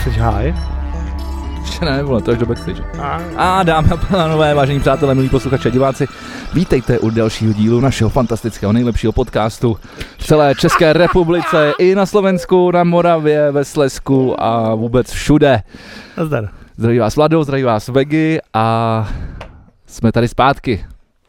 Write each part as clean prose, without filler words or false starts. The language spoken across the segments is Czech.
Jsi háj? Ještě ne, vole, to až do backstage. A dámy a pánové, vážení přátelé, milí posluchači a diváci, vítejte u dalšího dílu našeho fantastického, nejlepšího podcastu v celé České republice, i na Slovensku, na Moravě, ve Slezsku a vůbec všude. Nazdar. Zdraví vás Vlado, zdraví vás Vegy a jsme tady zpátky.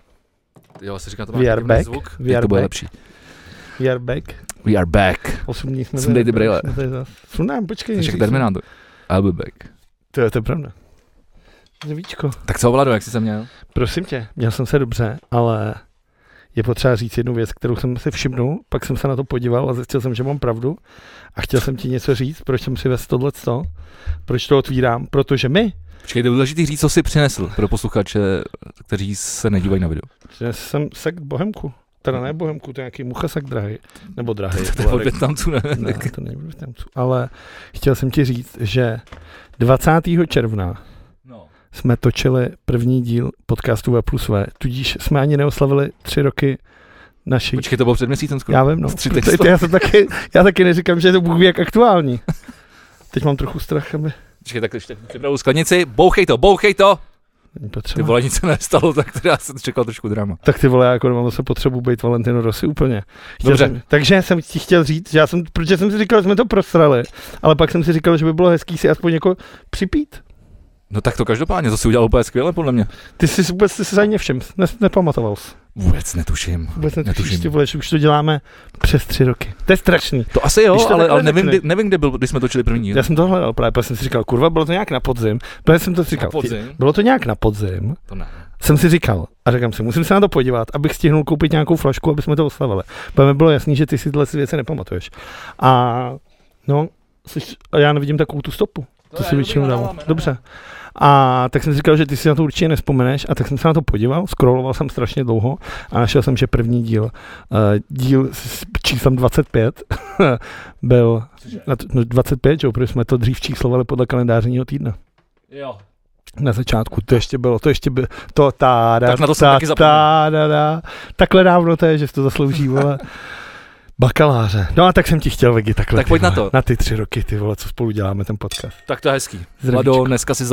Jo, se říká, to má takový zvuk, jak to bude lepší. We are back. We are back. 8 dní jsme Sundej ty brýle. Sundám, počkej. Však Terminátor. I'll be back. To je pravda. Zdravíčko. Tak co, Vlado, jak jsi se měl? Prosím tě, měl jsem se dobře, ale je potřeba říct jednu věc, kterou jsem si všimnul, pak jsem se na to podíval a zjistil jsem, že mám pravdu a chtěl jsem ti něco říct, proč jsem si vezl tohleto, proč to otvírám, protože my... Počkej, to je důležitý říct, co jsi přinesl pro posluchače, kteří se nedívají na video. Přinesl jsem sekt Bohemku. Teda ne Bohemku, to je nějaký muchasak drahý, nebo drahý. To je od Větnamců, ne? Ne, to není od Větnamců, ale chtěl jsem ti říct, že 20. června jsme točili první díl podcastu V plus V, tudíž jsme ani neoslavili 3 roky naší. Počkej, to bylo před měsícem skoro. Já vím, no. Já taky neříkám, že je to Bůh ví jak aktuální. Teď mám trochu strach, aby... Počkej, tak ještě připravu sklenici, bouchej to! Ty vole, nic se nestalo, tak já jsem čekal trošku drama. Tak ty vole, já jako nemám zase potřebu být Valentino Rossi úplně. Dobře. Takže jsem ti chtěl říct, že protože jsem si říkal, že jsme to prosrali, ale pak jsem si říkal, že by bylo hezký si aspoň jako připít. No tak to každopádně, to si udělal úplně skvěle podle mě. Ty jsi za ně všem, nepamatoval jsi. Vůbec netuším. Ty vole, už to děláme přes 3 roky. To je strašný. To asi jo, ale nevím, kde byl, když jsme točili první díl. Já jsem to hledal právě, protože jsem si říkal, kurva, bylo to nějak na podzim. Protože jsem to říkal, bylo to nějak na podzim. To ne. Jsem si říkal a říkám si, musím se na to podívat, abych stihnul koupit nějakou flašku, aby jsme to oslavili. Protože mi bylo jasný, že ty si tyhle věci nepamatuješ. A no, já nevidím takovou tu stopu. To si většinou dával. Dobře. A tak jsem si říkal, že ty si na to určitě nevzpomeneš, a tak jsem se na to podíval, scrolloval jsem strašně dlouho a našel jsem, že první díl s číslem 25 byl 25, že? Protože jsme to dřív číslovali podle kalendářního týdna. Jo. Na začátku, to ještě bylo, tak na to jsem taky zapomněl. Takhle dávno to je, že jsi to zaslouží, vole. Bakaláře. No a tak jsem ti chtěl, Vegy, takhle. Tak pojď na to. Na ty 3 roky, ty vole, co spolu děláme ten podcast. Tak to je hezký. Vlado, dneska si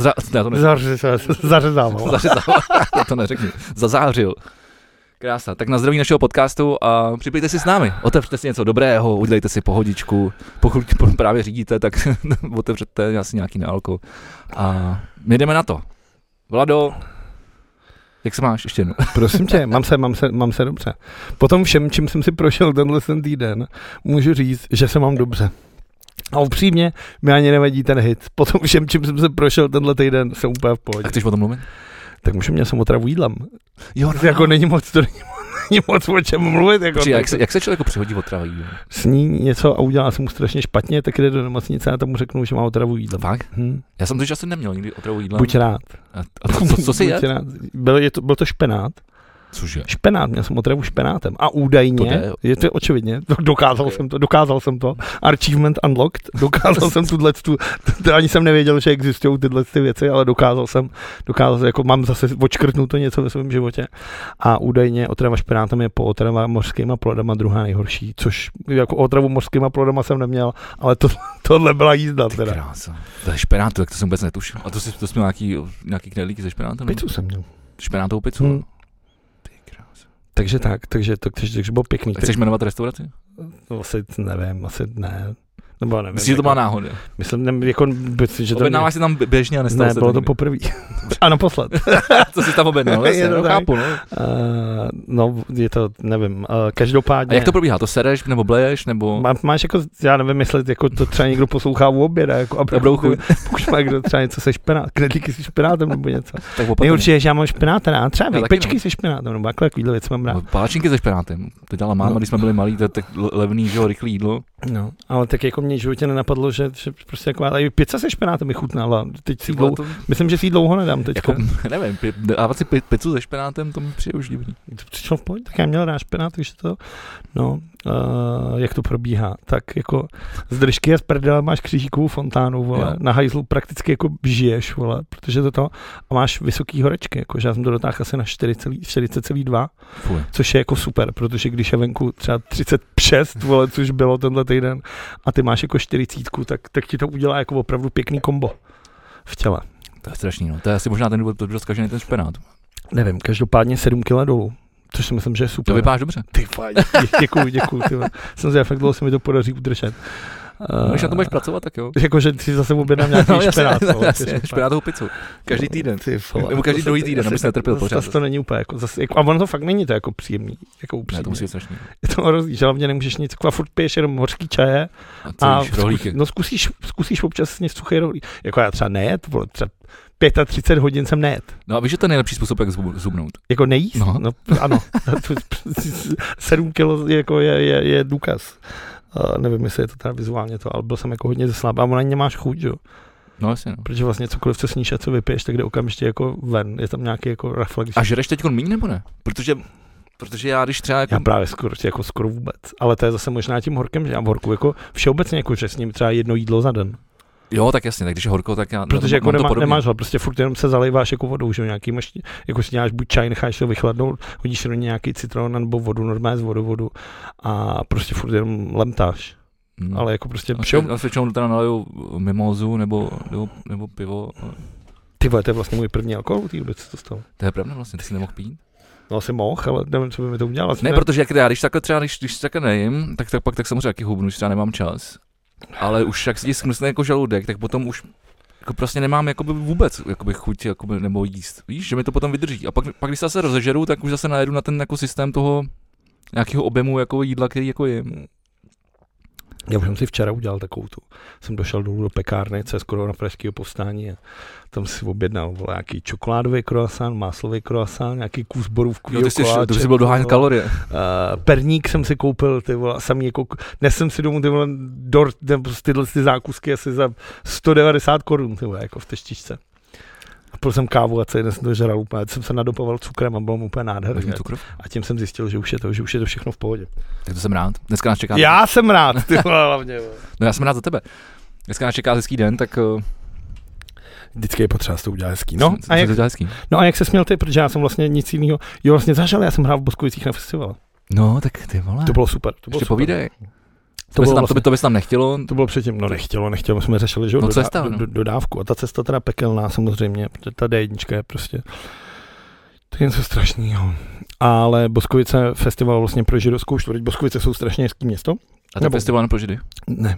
zařezával. To neřekni. Zazářil. Krása. Tak na zdraví našeho podcastu a připijte si s námi. Otevřete si něco dobrého, udělejte si pohodičku. Pokud právě řídíte, tak otevřete asi nějaký nealko. A my jdeme na to. Vlado, jak se máš ještě jednou? Prosím tě, mám se dobře. Potom všem, čím jsem si prošel tenhle týden, můžu říct, že se mám dobře. A upřímně, mi ani nevadí ten hit. Potom všem, čím jsem se prošel tenhle týden, jsem úplně v pohodě. A chceš o tom mluvit? Tak měl jsem otravu jídlem. Jo, no. Jako není moc o čem mluvit. Jako, jak se člověku přihodí otrava jídlem? Sní něco a udělá se mu strašně špatně, tak jde do nemocnice a tomu řeknu, že má otravu jídlem. Fakt? Já jsem to časem neměl nikdy otravu jídlem. Buď rád. A co si jedl? Byl to špenát. Cože? Špenát, měl jsem otravu špenátem. A údajně, je to očividně, dokázal jsem to. Achievement unlocked, dokázal jsem to ani jsem nevěděl, že existují tyhle věci, ale dokázal jsem, jako mám zase odškrtnuto něco ve svém životě. A údajně otrava špenátem je po otrava mořskýma plodama druhá nejhorší, což jako otravu mořskýma plodama jsem neměl, ale tohle byla jízda teda. Krása. To je špenát, tak to jsem vůbec netušil. A to jsi měl nějaký knedlíky se špenátem? Pizzu jsem měl. Špenátovou pizzu? Takže to bylo pěkný. Chceš jmenovat restauraci? Asi nevím, asi ne. Nebo nevím. Myslíš, že to byla náhoda? Myslím, jako, že to... Objednáváš si tam běžně a nestalo se to. Ne, bylo to poprvé. A naposled. Co jsi tam objednal? Chápu, no. No, je to, nevím, každopádně... A jak to probíhá? To sereš, nebo bleješ, nebo... Máš jako, já nevím, myslet, jako to třeba někdo poslouchá u oběda, jako a pokud má někdo třeba něco se špenát, knedlíky se špenátem nebo něco. Nejurčitě, že já mám špenát rád, třeba výpečky se špenátem, nebo takovýhle věc mám rád. Páčinky se špenátem, to dělala máma, když jsme byli malí, to je tak levný, že jo, rychlý jídlo. No, ale tak jako mě v životě nenapadlo, že prostě jako, ale pizza se špenátem mi chutnala. Teď si myslím, že si ji dlouho nedám teďka. Jako, nevím, dávat si pizzu se špenátem, to mi přijde už divný. To přišlo v pohodě, tak já měl rád špenát, takže to, no, jak to probíhá, tak jako z držky a z prdele máš křížíkovou fontánu, vole, jo. Na hajzlu prakticky jako žiješ, vole, protože to a máš vysoký horečky, jako, že já jsem to dotáhl asi na 40,2, což je jako super, protože když je venku třeba 36, vole, což bylo tenhle týden, a ty máš máš jako 40, tak ti to udělá jako opravdu pěkný kombo v těle. To je strašný, no. To je asi možná ten důvod, proč rozkažený ten špenát. Nevím, každopádně 7 kg dolů. Což si myslím, že je super. To vypadáš dobře. Ty fajn, děkuju. Jsem si fakt dlouho se mi to podaří udržet. Když na to budeš pracovat, tak jo. Jakože si zase objednám nějaký špenát. Špenátovou pizzu. Každý týden. Nebo každý druhý týden, abys netrpěl pořád. Zase to není úplně jako, a ono to fakt není to jako příjemný. Jako upřímně. Ne, to musí být strašný. Je to hrozný, že hlavně nemůžeš nic, a furt piješ jenom hořký čaje. A rohlíky. No zkusíš občas snět suchý rohlík. Jako já třeba nejet, třeba 35 hodin jsem nejet. No a víš, že to je nejlepší způsob, jak zhubnout. Jako nejíst? No ano. 7 kilo jako je důkaz. Nevím, jestli je to teda vizuálně to, ale byl jsem jako hodně zeslab a ona nemáš chuť, jo. No asi, no. Protože vlastně cokoliv, co sníš a co vypiješ, tak jde okamžitě jako ven. Je tam nějaký jako reflex. A žereš teď míň nebo ne? Protože já když třeba jako... Já právě skoro vůbec. Ale to je zase možná tím horkem, že já v horku jako všeobecně jako že sním třeba jedno jídlo za den. Jo, tak jasně, tak když je horko, tak já... Protože jako nemáš hlad, prostě furt jenom se zalejváš jako vodou, že nějaký jako si děláš buď čaj, necháš to vychladnout, hodíš do nějaký citron nebo vodu, normálně z vodu a prostě furt jenom lemtáš. Ale jako prostě... A většinou teda naliju mimozu nebo pivo. Ty vole, to je vlastně můj první alkohol, ty vůbec, co to stalo. To je pravda vlastně, ty jsi nemohl pít? No asi mohl, ale nevím, co by mi to udělalo. Ne, protože jak já, když takhle nejím, tak samozřejmě taky hubnu, když třeba nemám čas. Ale už jak si smysne jako žaludek, tak potom už jako prostě nemám jakoby vůbec jakoby chuť jakoby, nebo jíst. Víš, že mi to potom vydrží. A pak když se zase rozežeru, tak už zase najedu na ten jako systém toho nějakého objemu jako jídla, který jako jim. Já už jsem si včera udělal takovou tu. Jsem došel dolů do pekárny, co je skoro na Pražského povstání a tam si objednal nějaký čokoládový croissant, máslový croissant, nějaký kus borůvkovýho koláče. To jsi byl dohánět kalorie. Perník jsem si koupil, ty vole, samý jako, dnes jsem si domů ty vole dort, tyhle ty zákusky asi za 190 korun, ty vole, jako v teštičce. A pil jsem kávu a celý den jsem to žral úplně, jsem se nadopoval cukrem a bylo mu úplně nádherný. A tím jsem zjistil, že už je to všechno v pohodě. Tak to jsem rád. Dneska nás čeká. Já jsem rád, ty vole, hlavně. No já jsem rád za tebe. Dneska nás čeká hezký den, tak... Vždycky je potřeba to udělat hezký. No a jak se směl ty, protože já jsem vlastně nic jiného. Jo, vlastně zažil, já jsem hrál v Boskovicích na festivalu. No, tak ty vole. To bylo super. Ještě povídej. To by se tam nechtělo? To bylo předtím, nechtělo, jsme řešili, že dodávku. A ta cesta teda pekelná samozřejmě, protože ta D1 je prostě, to je něco strašného. Ale Boskovice festival vlastně pro židovskou čtvrť. Boskovice jsou strašně hezký město. A to festival pro židy? Ne.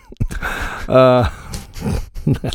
Ne.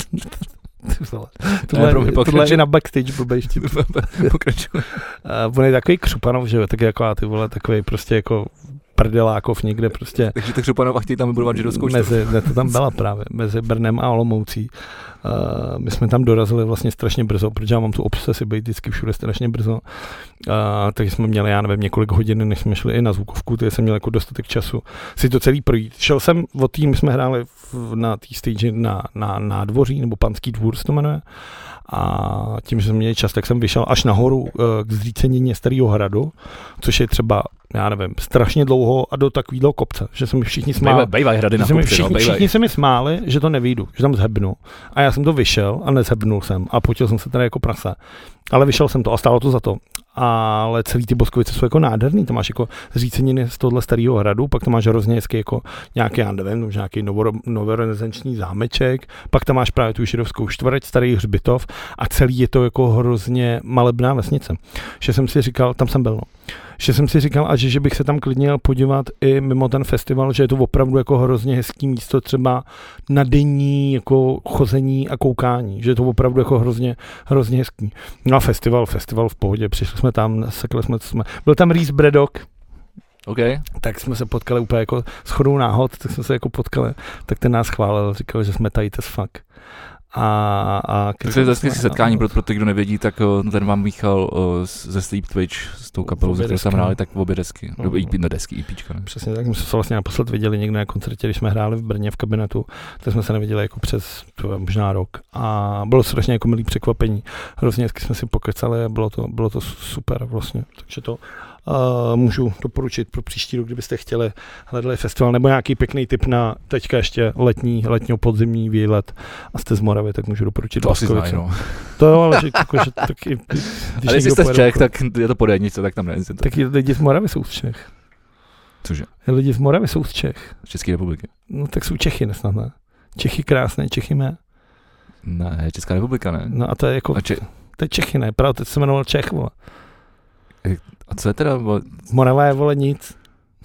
Tohle je na backstage blbej vtip. Pokračuj. On je takový křupanov, že jo, tak jako ty vole, takový prostě jako prdelákov někde prostě. Takže tak Křupanov a chtějí tam vybudovat židovskou čtvrť. Ne, to tam byla právě, mezi Brnem a Olomoucí. My jsme tam dorazili vlastně strašně brzo, protože já mám tu obsesi být vždycky všude strašně brzo. Takže jsme měli, já nevím, několik hodin, než jsme šli i na zvukovku, takže jsem měl jako dostatek času si to celý projít. Šel jsem od tým, my jsme hráli na té stage na nádvoří, nebo Panský dvůr se to jmenuje. A tím, že jsme měli čas, tak jsem vyšel až nahoru k zřícenění Starého hradu, což je třeba, já nevím, strašně dlouho a do takového kopce, že se mi všichni smáli. Všichni se mi smáli, že to nevyjdu, že tam zhebnu. A já jsem to vyšel a nezhebnul jsem a potil jsem se teda jako prase. Ale vyšel jsem to a stálo to za to. Ale celý ty Boskovice jsou jako nádherný, to máš jako zříceniny z tohle Starého hradu, pak to máš hrozně hezky jako nějaký, já nevím, nějaký novorenesanční zámeček, pak tam máš právě tu židovskou čtvrť, Starý hřbitov a celý je to jako hrozně malebná vesnice. Že jsem si říkal, tam jsem byl, no. Že jsem si říkal, a že bych se tam klidně jel podívat i mimo ten festival, že je to opravdu jako hrozně hezký místo třeba na denní jako chození a koukání, že je to opravdu jako hrozně hezký. No a festival v pohodě, přišli jsme tam, sekli jsme, byl tam Reese Braddock, okay. Tak jsme se potkali úplně jako shodou náhod, tak jsme se jako potkali, tak ten nás chválil, říkal, že jsme tady as fuck. Takže to je setkání, pro ty, kdo nevědí, tak ten vám Michal ze Sleep Twitch s tou kapelou, ze kterou jsme hráli, tak v obě desky, nebo na desky, EPčka. Ne? Přesně tak, my jsme se vlastně naposled viděli někde na koncertě, když jsme hráli v Brně v kabinetu, tak jsme se neviděli jako přes možná rok a bylo strašně jako milý překvapení, hrozně hezky jsme si pokecali a bylo to super vlastně, takže to můžu doporučit pro příští rok, kdybyste chtěli hledali festival nebo nějaký pěkný tip na teďka ještě letního podzimní výlet a jste z Moravy, tak můžu doporučit. To asi znají, no. To jo, ale že taky... Ale jestli jste z Čech, tak je to podjednice, tak tam nejezdíte. Taky lidi z Moravy jsou z Čech. Cože? Lidi z Moravy jsou z Čech. Z České republiky. No tak jsou Čechy nesnad, ne? Čechy krásné, Čechy mé. Ne, Česká republika, ne? No a to je jako, to je Čechy, ne? Právě teď se jmenoval Čech, vole. A co je teda? Morava je, vole, nic.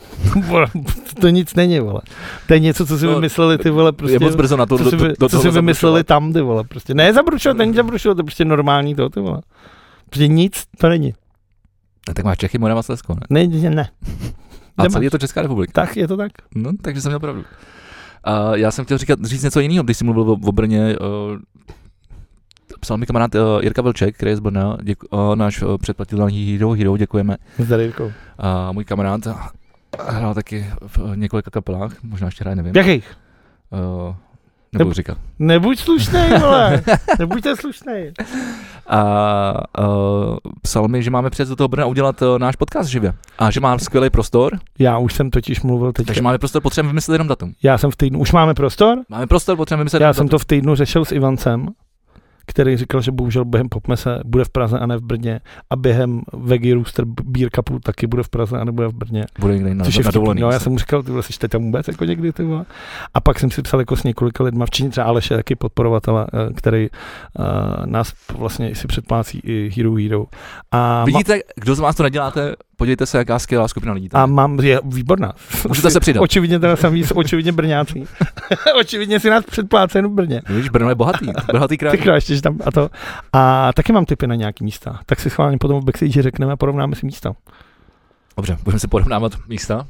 To nic není, vole. To je něco, co si vymysleli, ty vole, prostě. Je moc brzo na to, co si vymysleli tam, ty vole, prostě. Ne zabrušovat, není zabrušovat, to je prostě normální to, ty vole. Prostě nic to není. A tak máš Čechy, Morava, Slezsko, ne? Ne. A celý je to Česká republika. Tak, je to tak. No, takže jsem měl pravdu. A já jsem chtěl říct něco jiného, když jsi mluvil o Brně. Psal mi kamarád Jirka Vlček, který je z Brna, náš předplatitel Hero, děkujeme. Zdar, Jirko. A můj kamarád hrál taky v několika kapelách, možná ještě hraje, nevím. Jakých? Nebudu říkat. Nebuď slušnej, vole. Nebuďte slušnej. A psal mi, že máme přijet do toho Brna udělat náš podcast živě. A že má skvělý prostor. Já už jsem totiž mluvil teď. Takže máme prostor, potřebujeme vymyslet jenom datum. Já jsem v týdnu. Už máme prostor? Máme prostor, potřebujeme vymyslet Já jsem to v týdnu řešil s Ivancem, který říkal, že bohužel během Popmese bude v Praze a ne v Brně a během Veggie Rooster Beer Cupu taky bude v Praze a nebude v Brně. Bude někde na dovolený. No, já jsem mu říkal, ty vole, jsi tam vůbec jako někdy, ty vole. A pak jsem si psal jako s několika lidma, včetně třeba Aleše, taky podporovatele, který nás vlastně si předplácí i Hero. A vidíte, kdo z vás to neděláte, podívejte se, jaká skvělá skupina lidí. A je výborná. Můžete se přidat. Očividně teda sami, očividně Brňáci. Očividně si nás předplácí jenom v Brně. Víš, Brno je bohatý kraj. Ty ještě tam a to. A taky mám tipy na nějaký místa. Tak si schválně potom v backstage řekneme a porovnáme si místa. Dobře, budeme si porovnávat místa.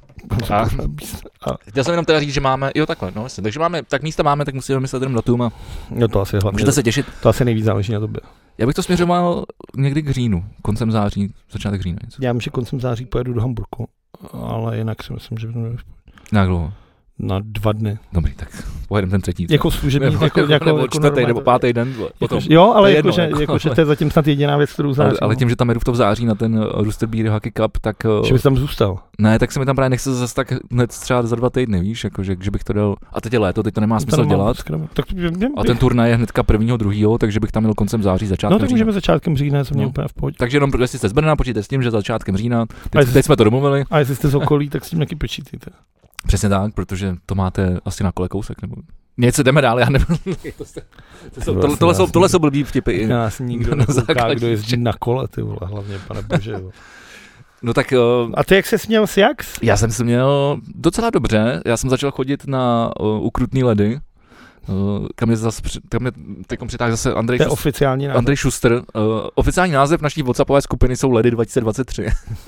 Chtěl jsem jenom teda říct, že máme, jo takhle, no vlastně, takže máme, tak místa máme, tak musíme vymyslet jenom datum a no to asi hlavně. Můžete se těšit. To asi nejvíc záleží na tobě. Já bych to směřoval někdy k říjnu, koncem září, začátek října. Něco. Já myslím, že koncem září pojedu do Hamburku, ale jinak si myslím, že Jak dlouho? Na 2 dny. Dobrý, tak pojedeme ten třetí. Jako služební, nebo čtvrtý, nebo pátý den. Potom. Jo, ale jakože to je zatím snad jediná věc, kterou září. Ale tím, že tam jedu v tom září na ten Rooster Beer Hockey Cup, tak... Že bys tam zůstal. Ne, tak se mi tam právě nechce zase tak hned třeba za 2 týdny, víš, jakože že bych to dal... A teď je léto, teď to nemá smysl dělat. A ten turnaj je hnedka 1.2., takže bych tam měl koncem září, začátkem října. No tak můžeme začátkem října, co mě úplně v pohodě. Takže jenom jestli jste z Brna, počítejte s tím, že začátkem října. Teď jsme to domluvili. A jestli jste z okolí, tak s tím taky počítejte. Přesně tak, protože to máte asi na kole kousek, nebo něco jdeme dál, já nevím. Tohle jsou blbý vtipy. Já si nikdo nekouká, kdo jezdí na kole, ty vole, hlavně, pane bože. Jo. No tak... A ty jak ses měl s Jax? Já jsem se měl docela dobře, já jsem začal chodit na ukrutný ledy, kam mě teď přitáhl zase Andrej Schuster. Oficiální název naší WhatsAppové skupiny jsou Ledy 2023.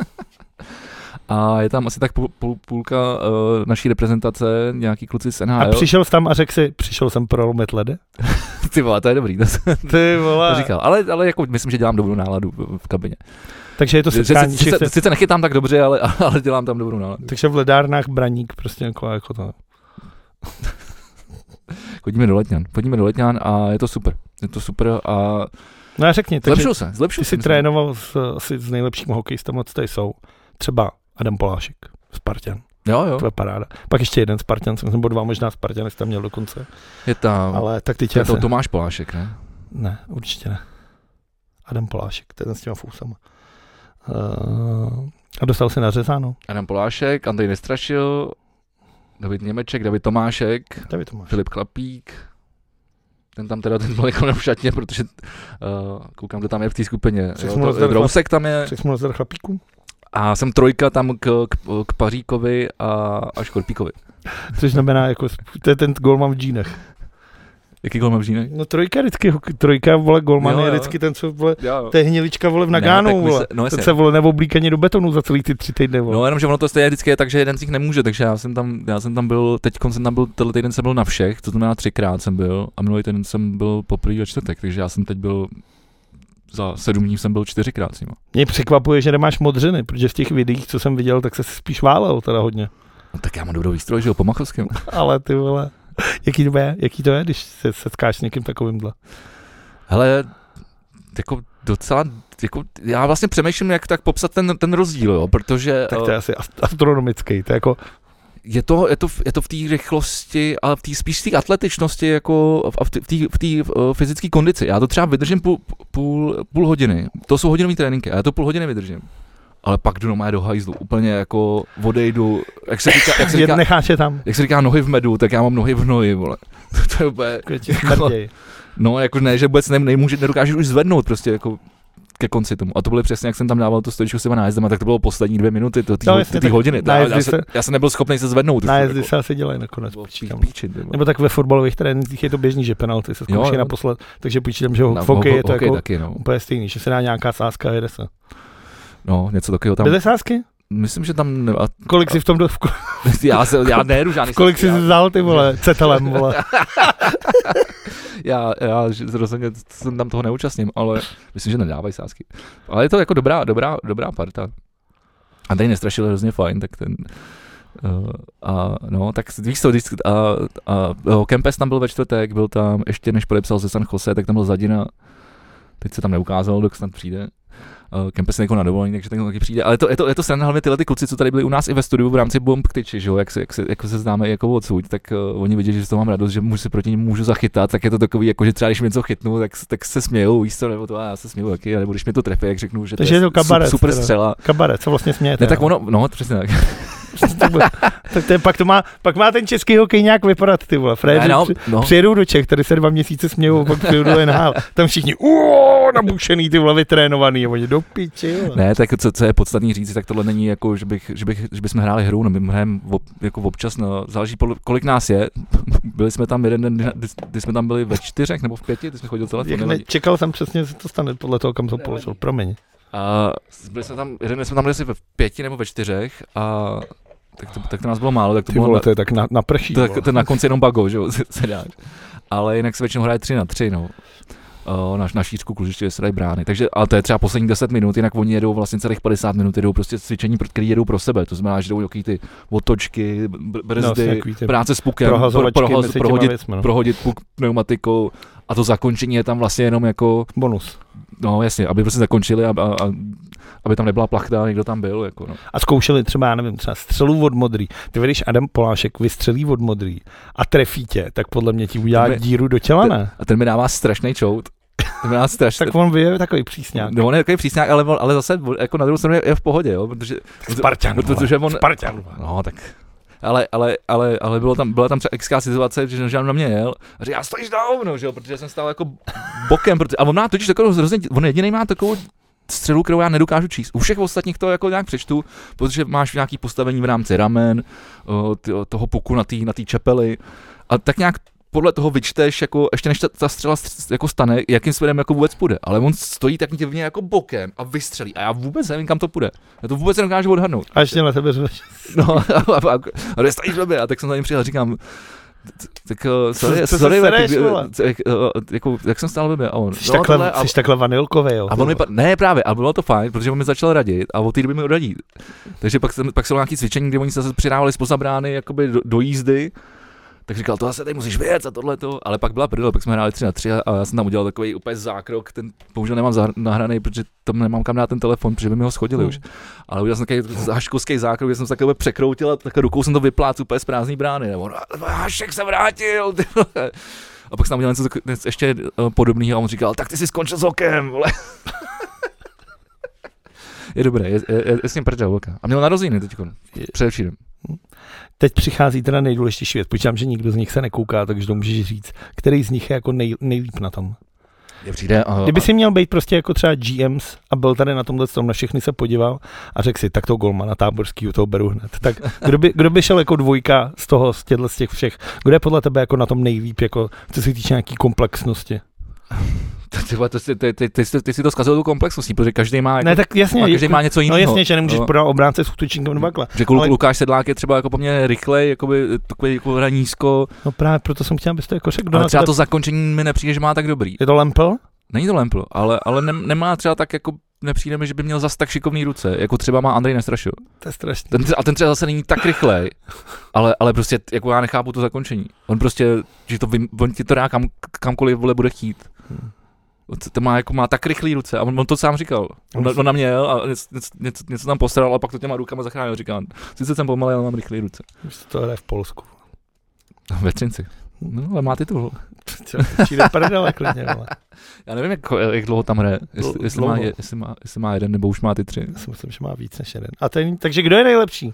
A je tam asi tak půlka naší reprezentace, nějaký kluci z NHL. A přišel jsi tam a řekl si, přišel jsem prolomit ledy? Ty vole, to je dobrý. Ty vole. To říkal, ale jako myslím, že dělám dobrou náladu v kabině. Takže je to setkání. Sice nechytám tak dobře, ale dělám tam dobrou náladu. Takže v ledárnách Braník prostě jako to. Chodíme do Letňan a je to super a... No já řekni, zlepšil se. Ty jsi trénoval s nejlepšími hokejistama, co tady jsou. Třeba Adam Polášek, Spartan. Jo. To je paráda. Pak ještě jeden Spartan, nebo 2 možná Spartany jsi tam měl dokonce. Je tam. Ale tak teď je to Tomáš Polášek, ne? Ne, určitě ne. Adam Polášek, ten s těma fousama. A dostal se na řezáno. Adam Polášek, Andrej Nestrašil, David Němeček, David Tomášek, Filip Klapík. Ten tam teda ten byl jako v šatně, protože koukám, kdo tam je v té skupině. Rousek tam je. Řekl jsem Chlapíku. A jsem 3 tam k Paříkovi a Škorpíkovi. Což znamená, jako, to je ten golman v džínech. Jaký golman v džínech? No 3 vždycky, 3 vole, golman je vždycky ten, co vole, to je hnilička, vole, v Nagánu, vole. Ten se, vole, neoblíkaně do betonu za celý ty 3 týdny, vole. No jenom, že ono to stejně vždycky je tak, že jeden z nich nemůže, takže já jsem tam byl, teďkon jsem tam byl, tenhle týden jsem byl na všech, to znamená 3krát jsem byl a minulý týden jsem byl poprvé ve čtvrtek, takže já jsem teď byl za 7 dní jsem byl 4krát s nima. Mě překvapuje, že nemáš modřiny, protože v těch videích, co jsem viděl, tak se spíš válel teda hodně. No, tak já mám dobrou výstroj, že jo, po Machovském. Ale ty vole, jaký to je, když se setkáš s někým takovýmhle? Hele, jako docela, jako já vlastně přemýšlím, jak tak popsat ten rozdíl, jo, protože... Tak to je asi astronomický, to je jako... Je to v té rychlosti, ale spíš v té atletičnosti, jako v té fyzické kondici. Já to třeba vydržím půl hodiny. To jsou hodinové tréninky a já to půl hodiny vydržím. ale pak jdu normálně do hajzlu, úplně jako odejdu, jak se říká, necháš je tam. Jak se říká nohy v medu, tak já mám nohy v hnoji, vole. To je úplně, no jako ne, že vůbec nedokážeš už zvednout prostě jako ke konci tomu. A to bylo přesně, jak jsem tam dával tu stojičku s těma nájezdama, tak to bylo poslední 2 minuty, ty hodiny. Já jsem nebyl schopný se zvednout. Nájezdy jako, se asi dělají nakonec. Nebo tak ve fotbalových trénincích je to běžný, že penalty se zkouší naposled, takže počítám, že v hokeji je to jako taky, úplně stejný, že se dá nějaká sázka a jede se. No, něco takového tam. Byly sázky? Myslím, že tam... Kolik jsi v tom... Já nejedu žádný... Kolik jsi vzal, ty vole, cetelem, vole. já rozhodně jsem tam toho neúčastním, ale myslím, že nedávají sázky. Ale je to jako dobrá parta. Andrej Nestrašil je hrozně fajn, tak ten... tak víš co, Kempes tam byl ve čtvrtek, byl tam, ještě než podepsal ze San Jose, tak tam byl Zadina. Teď se tam neukázal, dokud snad přijde. Kempes je na dovolení, takže taky přijde. Ale je to sranda hlavně tyhle ty kluci, co tady byli u nás i ve studiu v rámci Bomb Ktyči, že jo, jak se známe jako odsud, tak oni vidí, že z toho mám radost, že se proti nim můžu zachytat, tak je to takový, jako že třeba když mi něco chytnu, tak se smějou, víš co, nebo to, a já se směju taky, nebo když mi to trefí, jak řeknu, že takže to je kabaret, super střela. Kabaret, co vlastně smějete. Ne, tak ono, no, přesně tak. Tak to je, pak má ten český hokej nějak vypadat, ty vole. Přijedou do Čech, tady se 2 měsíce smějou, pak přijedou do NHL. Tam všichni nabušený, ty vole, vytrénovaný, a oni do piči. Ne, tak co je podstatný říct, tak tohle není jako, že bychom hráli hru, no my hrajeme jako občas, no, záleží kolik nás je. Byli jsme tam jeden den, kdy jsme tam byli ve 4 nebo v 5, ty jsme chodili telefon. Čekal jsem přesně, že to stane podle toho, kam jsem položil, promiň. A byli jsme tam, jeden den jsme tam byli asi ve 5 nebo ve 4 a tak to nás bylo málo, tak to bylo vole, to je tak na prší. To na konci jenom bago, že jo, se dá. Ale jinak se většinou hraje 3-3, no. Na šířku klužiště se dají brány. Takže, ale to je třeba poslední 10 minut, jinak oni jedou vlastně celých 50 minut, jedou prostě cvičení, který jedou pro sebe. To znamená, že jdou nějaký ty otočky, brzdy, práce s pukem, prohodit puk pneumatikou a to zakončení je tam vlastně jenom jako bonus. No jasně, aby prostě zakončili a aby tam nebyla plachta, někdo tam byl. Jako, no. A zkoušeli třeba, já nevím, třeba střelu od modrý. Ty když Adam Polášek vystřelí od modrý a trefí tě, tak podle mě ti udělá díru do těla, ne? A ten mi dává strašný čout. Tak on je takový přísňák. No on je takový přísňák, ale zase jako na druhou stranu je v pohodě, jo, protože Spartan. No tak. Ale byla tam třeba xká situace, že on na mě jel a říká, já stojíš na ovno, že jo, protože jsem stál jako bokem, a on má totiž takovou hrozně, on jedinej má takovou střelu, kterou já nedokážu číst. U všech ostatních to jako nějak přečtu, protože máš nějaký postavení v rámci ramen, toho puku na té čepeli a tak nějak podle toho vyčteš, jako ještě než ta střela jako stane, jakým směrem jako vůbec půjde. Ale on stojí tak divně jako bokem a vystřelí. A já vůbec nevím, kam to půjde. Já to vůbec nedokážu odhadnout. A ještě na tebe řveš. No a stojíš blbě. A tak jsem za ním přijel a říkám, sorry, jak jsem stál blbě. A on, jsi takhle vanilkový, jo. A on ne právě, ale bylo to fajn, protože on mi začal radit a od té doby mi odradí. Takže pak jsou nějaký cvičení, kde oni se přidávali zpoza brány jakoby do jízdy. Tak říkal, to zase tady musíš vědět a tohleto, ale pak byla prdel, pak jsme hráli 3-3 a já jsem tam udělal takový úplně zákrok, ten bohužel nemám nahraný, protože tam nemám kam dát ten telefon, protože by mi ho schodili už. Ale udělal jsem takový haškovský zákrok, kde jsem se takhle překroutil a takhle rukou jsem to vyplácl úplně z prázdný brány. Nebo Hašek se vrátil. A pak jsem tam udělal něco ještě podobného a on říkal, tak ty jsi skončil s hokem, vole. Je dobré, je s ním prdel velká. A měl narozeniny teďko, předevčírem. Teď přichází teda nejdůležitější věc. Počítám, že nikdo z nich se nekouká, takže to můžeš říct. Který z nich je jako nejlíp na tom? Kdyby si měl být prostě jako třeba GMs a byl tady na tomhle tom, na všechny se podíval a řekl si, tak toho golmana táborskýho, toho beru hned. Tak kdo by šel jako dvojka z těch všech? Kdo je podle tebe jako na tom nejlíp, jako co se týče nějaký komplexnosti? Ty si to zkazil tu komplexností, protože každý má, ne, tak jasně, každý má něco jiného. No jasně, že nemůžeš podat obránce s útočníkem nebo takhle. Že Lukáš Sedlák je třeba jako poměrně rychlej, jakoby takový jako hra nízko. No právě proto jsem chtěl, abys to jako řekl. Ale třeba to zakončení mi nepřijde, že má tak dobrý. Je to Lempl? Není to Lempl, ale nemá třeba tak jako nepřijde mi, že by měl zas tak šikovný ruce, jako třeba má Andrej Nestrašil. To je strašný. Ten třeba zase není tak rychlej, ale prostě jako já nechápu to zakončení. On prostě, že on ti to dá kamkoliv bude chtít. To má tak rychlý ruce a on to sám říkal. On na mě jel a něco tam postaral a pak to těma rukama zachránil. Říkal, sice jsem pomalej, ale mám rychlý ruce. Už to hraje v Polsku. Ve Třinci. No, ale má titul. Přijde prdele klidně, vole. Já nevím, jak dlouho tam hraje. Jestli má jeden, nebo už má ty 3. Já si myslím, že má víc než jeden. Takže kdo je nejlepší?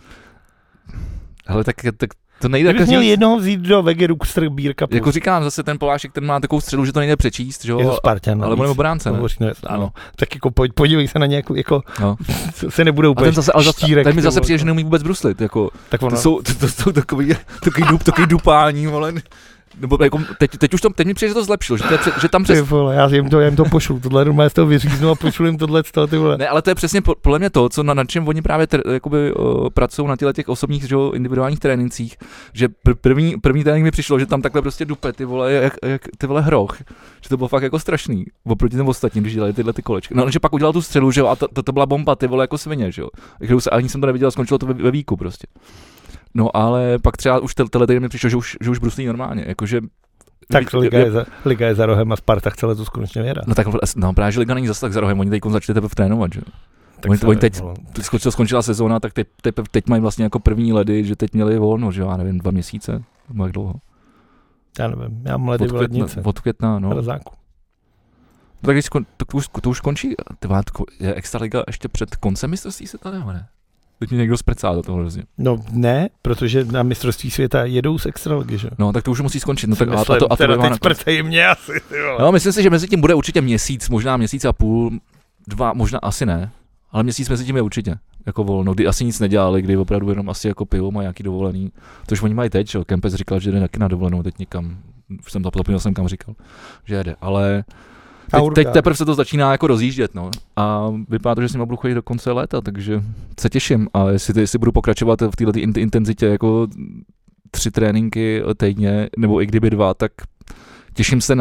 Ale tak to nejde. Kdybych měl jednoho vzít do Vege Ruxter Beer Cupu. Jako říkám, zase ten Polášek, ten má takovou středu, že to nejde přečíst, že jo? Je to Spartan. Ale on je obránce, ne? Ano. Tak jako podívej se na nějakou, jako se nebudou úplně štírek. Ten mi zase přijde, že neumí vůbec bruslit, jako. Tak ono. To jsou takový dupání, vole. Nebo jako, teď mi přijde, že to zlepšilo, že tam přes... Ty vole, já jim to pošlu, tohle normálně z toho vyříznu a pošlu jim tohle z toho, ty vole. Ne, ale to je přesně podle mě to, co na čem oni právě pracují na těch osobních, že jo, individuálních trénincích, že první trénink mi přišlo, že tam takhle prostě dupe, ty vole, jak ty vole hroch, že to bylo fakt jako strašný, oproti těm ostatním, když dělali tyhle ty kolečky. No, že pak udělal tu střelu, že jo, a to byla bomba, ty vole, jako svině, že jo, ani jsem to neviděl, skončilo to ve víku prostě. No ale pak třeba už tenhle týden mi přišlo, že už bruslí normálně, jakože... Tak Liga je za rohem a Sparta chce letos konečně vyhrát. No tak právě, že Liga není zase tak za rohem, oni teď začali teprve trénovat, že? Oni teď skončila sezóna, tak teď mají vlastně jako první ledy, že teď měli volno, že já nevím, 2 měsíce, nebo jak dlouho? Já nevím, já mám ledy v lednici. Od května, no. Rezáku. No tak to už končí, je Extraliga ještě před koncem mistrovství světa, ne? Teď mě někdo zprcá do toho hrozně. No ne, protože na mistrovství světa jedou z Extraligy, že? No tak to už musí skončit. No, tak teda teď zprcejí mě asi, ty vole. No, myslím si, že mezi tím bude určitě měsíc, možná měsíc a půl, 2, možná asi ne, ale měsíc mezi tím je určitě jako volno, kdy asi nic nedělali, kdy opravdu jenom asi jako pijou, mají nějaký dovolený, což oni mají teď, že Kempes říkal, že jde taky na dovolenou, teď někam, už jsem zapomněl jsem kam říkal, že jede, ale teď teprve se to začíná jako rozjíždět, no. A vypadá to, že s ním budu chodit do konce léta, takže se těším. A jestli budu pokračovat v této intenzitě jako 3 tréninky týdně, nebo i kdyby 2, tak těším se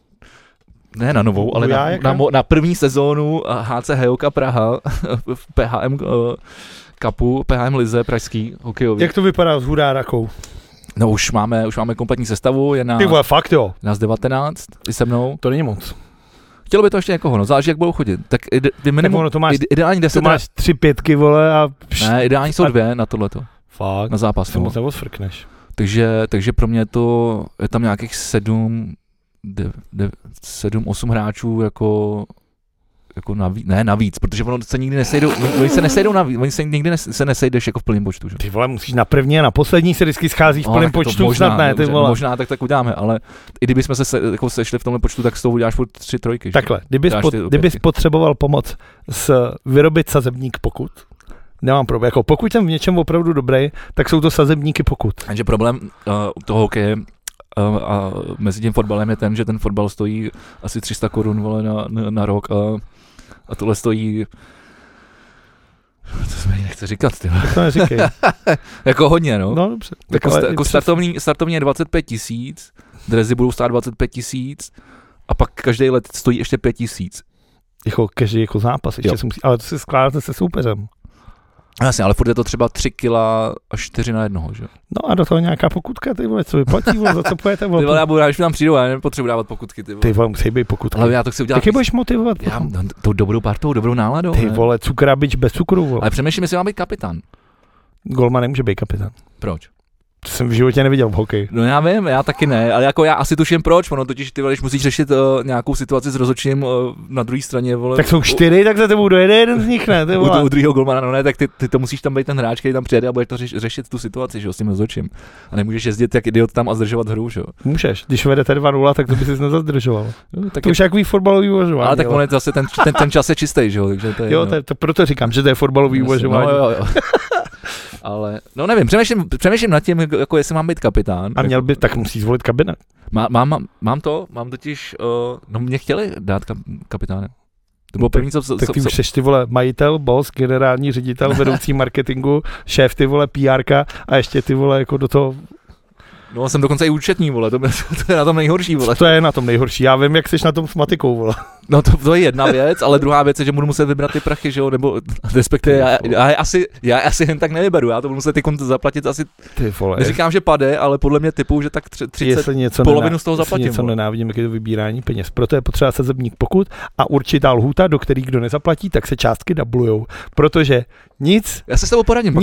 ne na novou, ale na první sezónu HC Hejoka Praha v PHM Cupu, PHM Lize pražský hokejový. Jak to vypadá s Hudárakou? No už máme kompletní sestavu, je Ty vole, fakt jo. Nás 19, i se mnou. To není moc. Chtělo by to ještě někoho, no, záleží, jak budou chodit. Tak minimum, to máš, ideální 10. To máš 3 5, vole, a... Ne, ideální jsou 2 na tohleto. Fakt? Na zápas. To moc neosfrkneš. Takže pro mě to je tam nějakých 7, 8 hráčů jako navíc, protože ono se nikdy nesejdou, oni se nesejdou navíc, oni se nikdy se nesejdeš jako v plném počtu, že? Ty vole, musíš na první a na poslední se vždycky schází v plném počtu, možná, snad ne, ty vole. Možná tak uděláme, ale i kdybychom jako sešli v tomhle počtu, tak z toho uděláš 3 trojky. Takhle, kdybys potřeboval pomoc vyrobit sazebník pokut, nemám problém, jako pokud jsem v něčem opravdu dobrý, tak jsou to sazebníky pokut. Takže problém toho hokeje a mezi tím fotbalem je ten, že ten fotbal stojí asi 300 korun, vole, na rok a tohle stojí, to se mi nechce říkat, ty. To neříkej. Jako hodně, no. No dobře. Jako startovní je 25 000, drezy budou stát 25 000 a pak každý let stojí ještě 5 000. Jako každý jako zápas, ještě se musí, ale to si skládáte se soupeřem. Jasně, ale furt je to třeba 3 kila a 4 na jednoho, že? No a do toho nějaká pokutka, ty vole, co vyplatí, vole, za co pojete, vole. Ty vole, když mi tam přijdu, já nepotřebuji dávat pokutky, ty vole. Ty vole, musí být pokutky. Ale já to chci udělat. Jak je budeš motivovat? Já tou dobrou partou, dobrou náladou. Ty vole, cukrábič bez cukru, vole. Ale přemýšlím, jestli mám být kapitán. Golman nemůže být kapitán. Proč? To jsem v životě neviděl v hokeji. No já vím, já taky ne, ale jako já asi tuším proč, ono totiž ty když musíš řešit nějakou situaci s rozhodčím na druhé straně, vole. Tak jsou 4, tak za tebou dojede jeden z nich, ne, ty vole. U druhého golmana, no ne, tak ty to musíš tam být ten hráč, který tam přijede a budeš to řešit tu situaci, že jo, s tím rozhodčím. A nemůžeš jezdit jak idiot tam a zdržovat hru, že jo. Můžeš, když vedete 2-0, tak to by si nezazdržoval. No, tak to už jako fotbalový uvažování. Ale tak on je zase ten čas je čistý, že jo, takže to je. Jo, to proto říkám, že to je fotbalový uvažování. No, jo. Ale, no nevím, přemýšlím nad tím, jako jestli mám být kapitán. A měl by, tak musí zvolit kabinet. Mám totiž, no mě chtěli dát kapitánem. To bylo první, tak ty už seš ty vole majitel, boss, generální ředitel, vedoucí marketingu, šéf ty vole PRka a ještě ty vole jako do toho. No jsem dokonce i účetní, vole, to je na tom nejhorší, vole. To je na tom nejhorší, já vím, jak jsi na tom s matikou, vole. No to je jedna věc, ale druhá věc je, že budu muset vybrat ty prachy, že jo, nebo respektive já asi jen tak nevyberu, já to budu muset zaplatit asi, neříkám, že pade, ale podle mě typu, že tak 30, polovinu z toho zaplatím. Něco nenávidím, jak je to vybírání peněz, proto je potřeba sazebník pokut a určitá lhůta, do který kdo nezaplatí, tak se částky doubleujou, protože nic, já se s tebou poradím,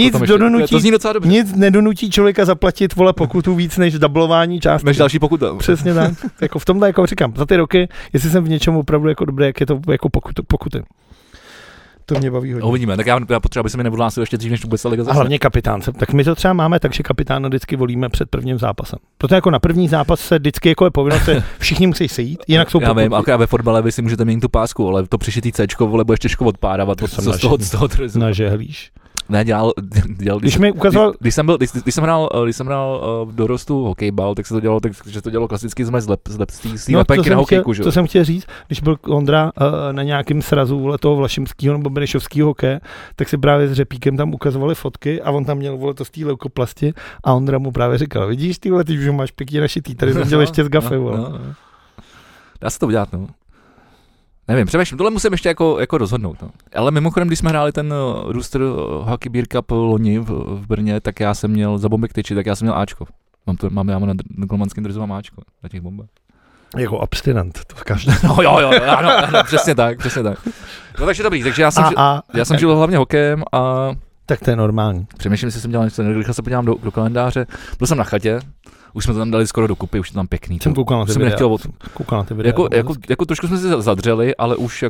nic nedonutí člověka zaplatit pokutu víc než doublování částky. Než další pokuta. Přesně tak. Jako v tomhle, jako říkám, za ty roky, jestli jsem v něčem opravdu jako dobré, jak je to jako pokuty. To mě baví hodně. Uvidíme, tak já potřeba, aby se mi neodhlásil ještě dřív, než vůbec ta liga začne. A hlavně kapitán. Tak my to třeba máme, takže kapitána vždycky volíme před prvním zápasem. Proto jako na první zápas se vždycky jako je povinnost, že všichni musí sejít, jinak jsou pokuty. Já vím, a ve fotbale vy si můžete měnit tu pásku, ale to přišitý Cčko, budeš těžko odpádávat z toho trezu. Nažehlíš. Ne, dělal, když mi ukazoval, když jsem hrál v dorostu hokejbal, tak se to dělalo, takže to dělalo klasicky z lepenky na hokejku, že? To jsem chtěl říct, když byl Ondra na nějakém srazu toho vlašimského nebo benešovského hokeje, tak si právě s Řepíkem tam ukazovali fotky a on tam měl to z té leukoplasti a Ondra mu právě říkal, vidíš ty už máš pěkně našitý, tady jsem dělal ještě z gafy, no. Dá se to udělat, no. Nevím, přemýšlím, tohle musím ještě jako rozhodnout. No. Ale mimochodem, když jsme hráli ten Rooster Hockey Beer Cup loni v Brně, tak já jsem měl za bomby k tyči, tak já jsem měl Ačko. Já mám na golmanském drezu mám Ačko, na těch bombách. Jako abstinent, to každý. No jo, ano, přesně tak. No takže dobrý, takže já jsem žil hlavně hokejem a... Tak to je normální. Přemýšlím, jestli jsem dělal něco, rychle se podívám do kalendáře. Byl jsem na chatě, už jsme to tam dali skoro dokupy, už je to tam pěkný. Jsem koukal na ty videa. Jako trošku jsme si zadřeli, ale už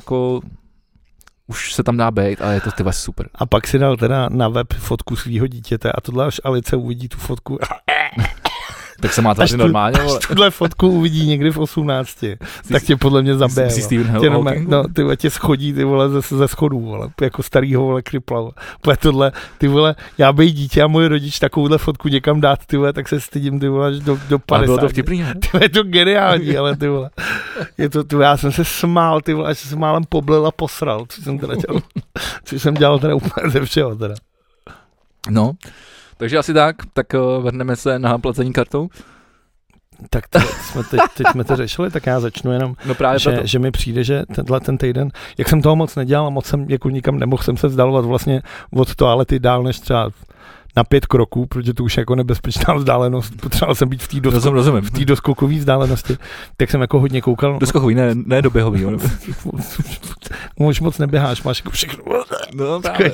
se tam dá bejt a je to tyhle super. A pak si dal teda na web fotku svýho dítěte a tohle až Alice uvidí tu fotku. Tak se má to normálně, vole. Až tuhle fotku uvidí někdy v 18, tak tě podle mě zabije. Ty tě schodí, ty vole, ze schodů, vole, jako starýho, vole, kripla. Tohle, ty vole, já bej dítě a můj rodič takovouhle fotku někam dát, ty vole, tak se stydím, ty vole, až do 50. Ale bylo to vtipný, ne? Ty vole, je to geniální, ale ty vole. Já jsem se smál, ty vole, až se málem poblil a posral, což jsem dělal teda úplně ze všeho, teda. No. Takže asi tak vrhneme se na placení kartou. Tak teď jsme to řešili, tak já začnu jenom, že mi přijde, že ten týden, jak jsem toho moc nedělal a moc jsem jako nikam nemohl jsem se vzdalovat vlastně od toalety dál než třeba na 5 kroků, protože to už je jako nebezpečná vzdálenost, potřeboval jsem být v té doskokové vzdálenosti, tak jsem jako hodně koukal. Doskokový, ne doběhový. Už moc neběháš, máš jako všechno. No právě.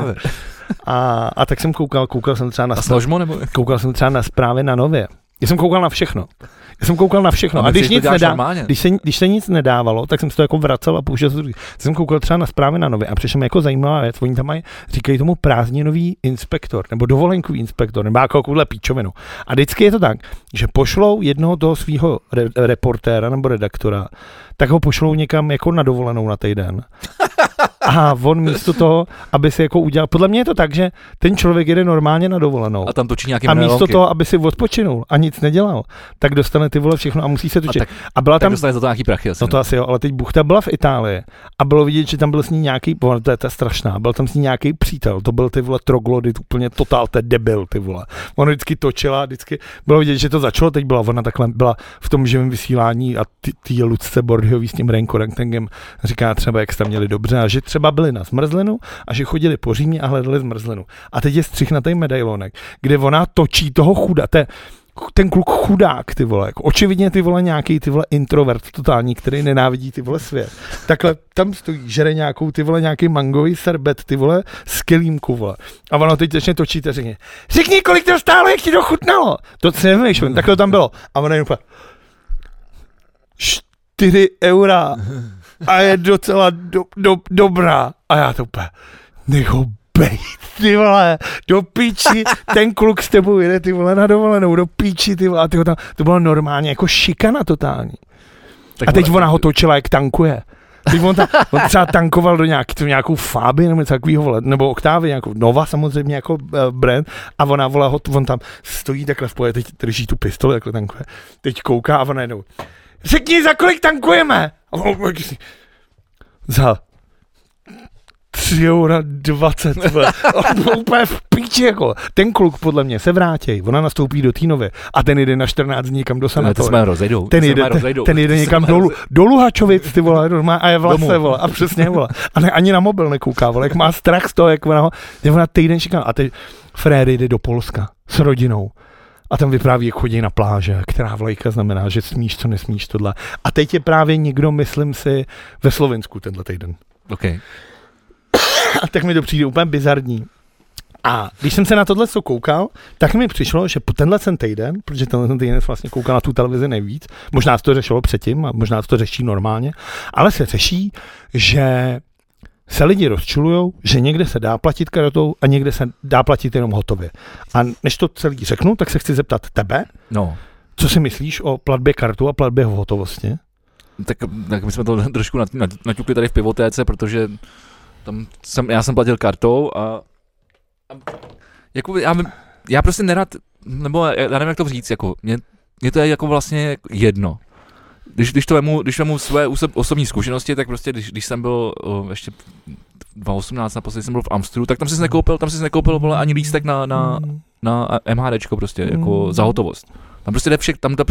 A tak jsem koukal jsem třeba na... A složmo, nebo? Koukal jsem třeba na zprávy na Nově. Já jsem koukal na všechno. A když se nic nedávalo, tak jsem si to jako vracel a pouštěl se. Jsem koukal třeba na zprávy na Nově a přišel mi jako zajímavá věc. Oni tam říkají tomu prázdninový inspektor, nebo dovolenkový inspektor, nebo jakoukouhle píčovinu. A vždycky je to tak, že pošlou jednoho toho svého reportéra nebo redaktora, tak ho pošlou někam jako na dovolenou na týden. A on místo toho, aby si jako udělal, podle mě je to tak, že ten člověk jede normálně na dovolenou. A tam točí nějaký a místo toho, aby si odpočinul a nic nedělal, tak dostane ty vole všechno a musí se točit. A byla tam dostane za to nějaký prachy asi. No to asi jo, ale teď Buchta byla v Itálii a bylo vidět, že tam byl s ní nějaký, to je strašná, byl tam s ní nějaký přítel, to byl ty vole troglodit, úplně totál, to je debil, ty vole. Ona vždycky točila, vždycky bylo vidět, že to začalo, teď ona takhle byla v tom živém vysílání a ty Lucce Bordyhový s tím Renko Rentengem říká třeba, jak jste měli dobře a že třeba byli na zmrzlinu a že chodili po Římě a hledali zmrzlinu. A teď je střihnatý medailonek, kde ona točí toho chuda, ten kluk chudák, ty vole, jako očividně ty vole nějaký ty vole introvert totální, který nenávidí ty vole svět. Takhle tam stojí, žere nějakou ty vole nějaký mangový serbet, ty vole z kelímku, vole. A ono teď začne točit a řekni, kolik to stálo, jak ti to chutnalo. To si nevíš, takhle tam bylo. A ono je úplně 4 eura a je docela dobrá. A já to úplně, nech ho bejt, ty vole, do píči, ten kluk s tebou jede, ty vole, na dovolenou, do píči, ty vole, a ty tam, to bylo normálně jako šikana totální. Tak a teď ona ho točila, jak tankuje. Teď on třeba tankoval do nějakou Fáby nebo něco takového, vole, nebo Oktávy, nějakou Nova samozřejmě jako brand a ona, vole, on tam stojí takhle v poje, teď drží tu pistoli, takhle tankuje. Teď kouká a ona jednou, řekni, za kolik tankujeme? Za 3 €3,20. Úplně v píči, jako. Ten kluk podle mě se vrátí, ona nastoupí do Týnově a ten jde na 14 dní někam do sanatoria. Ten jde někam do Luhačovic, ty vole, a je v lase, vole, a přesně, vole. A ne, ani na mobil nekouká, vole, jak má strach z toho, jak ona týden čeká. A teď Fréry jde do Polska s rodinou. A tam vypráví, jak chodí na pláže, která vlajka znamená, že smíš, co nesmíš, tohle. A teď je právě někdo, myslím si, ve Slovensku tenhle týden. Okay. A tak mi to přijde úplně bizarní. A když jsem se na tohle koukal, tak mi přišlo, že po tenhle týden, protože tenhle týden vlastně koukal na tu televizi nejvíc, možná se to řešilo předtím a možná se to řeší normálně, ale se řeší, že se lidi rozčulujou, že někde se dá platit kartou a někde se dá platit jenom hotově. A než to celý řeknu, tak se chci zeptat tebe, co si myslíš o platbě kartou a platbě v hotovosti? Tak my jsme to trošku naťukli tady v pivotéce, protože já jsem platil kartou a jako já prostě nerad, nebo já nevím, jak to říct, jako mě to je jako vlastně jedno. Když vemu své osobní zkušenosti, tak prostě když jsem byl ještě 2018, naposledy jsem byl v Amstru, tak tam si nekoupil vole, ani lístek na MHDčko prostě, jako za hotovost. Tam prostě jde všech, tam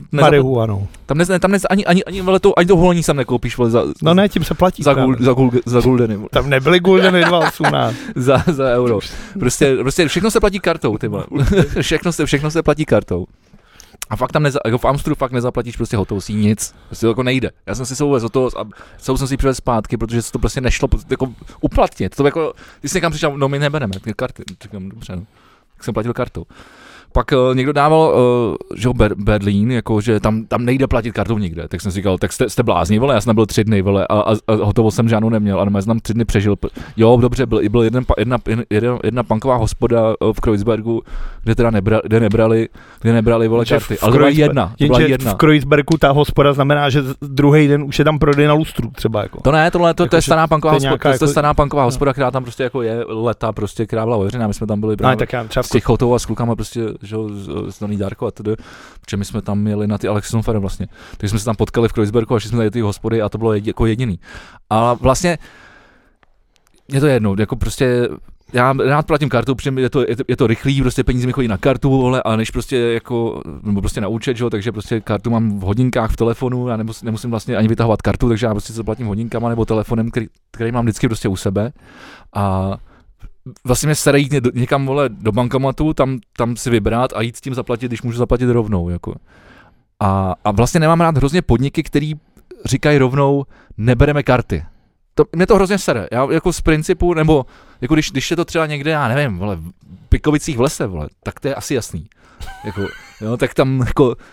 ani to holení sam nekoupíš, vole, no ne, tím se platí. Za guldeny. Tam nebyly guldeny 2,18. za euro. Prostě všechno se platí kartou, ty vole. všechno se platí kartou. A fakt tam jako v Amstru fakt nezaplatíš prostě hotovostí nic. Prostě to jako nejde. Já jsem si souvez hotovost a celou jsem si přivez zpátky, protože to prostě nešlo jako uplatnit. To jako, ty jsi někam přišel, no my nebereme ty karty. Říkám, dobře, no. Tak jsem platil kartou. Pak někdo dával, že Berlín, jako, že tam nejde platit kartou nikde, tak jsem si říkal, tak jste blázni, vole, já jsem byl 3 dny, vole, a hotovost jsem žádnou neměl, ale já jsem tam 3 dny přežil. Jo, dobře, byl jedna punková hospoda v Kreuzbergu, kde teda nebrali, vole, karty, ale to byla jedna. V Kreuzbergu ta hospoda znamená, že druhý den už je tam prodej na lustru třeba, jako. To ne, to je stará punková hospoda, to je stará punková hospoda, která tam prostě jako je leta, prostě, která byla otevřená, my jsme tam byli právě s těch hotovou a s klukama prostě, že z Donny Darko a tedy, protože my jsme tam měli na ty Alexisonfere vlastně. Takže jsme se tam potkali v Kreuzbergu a šli jsme tady ty hospody a to bylo jako jediný. A vlastně je to jedno, jako prostě já rád platím kartou, protože je to rychlý, prostě peníze mi chodí na kartu, vole, a než prostě jako, nebo prostě na účet, že, takže prostě kartu mám v hodinkách v telefonu, já nemusím vlastně ani vytahovat kartu, takže já prostě se platím hodinkama nebo telefonem, který mám vždycky prostě u sebe. A vlastně mě se jít někam, vole, do bankomatu, tam si vybrat a jít s tím zaplatit, když můžu zaplatit rovnou, jako. A vlastně nemám rád hrozně podniky, který říkají rovnou, nebereme karty. Mě to hrozně sere, já jako z principu, nebo jako když je to třeba někde, já nevím, vole, v Pikovicích v lese, vole, tak to je asi jasný. Jako, jo, tak tam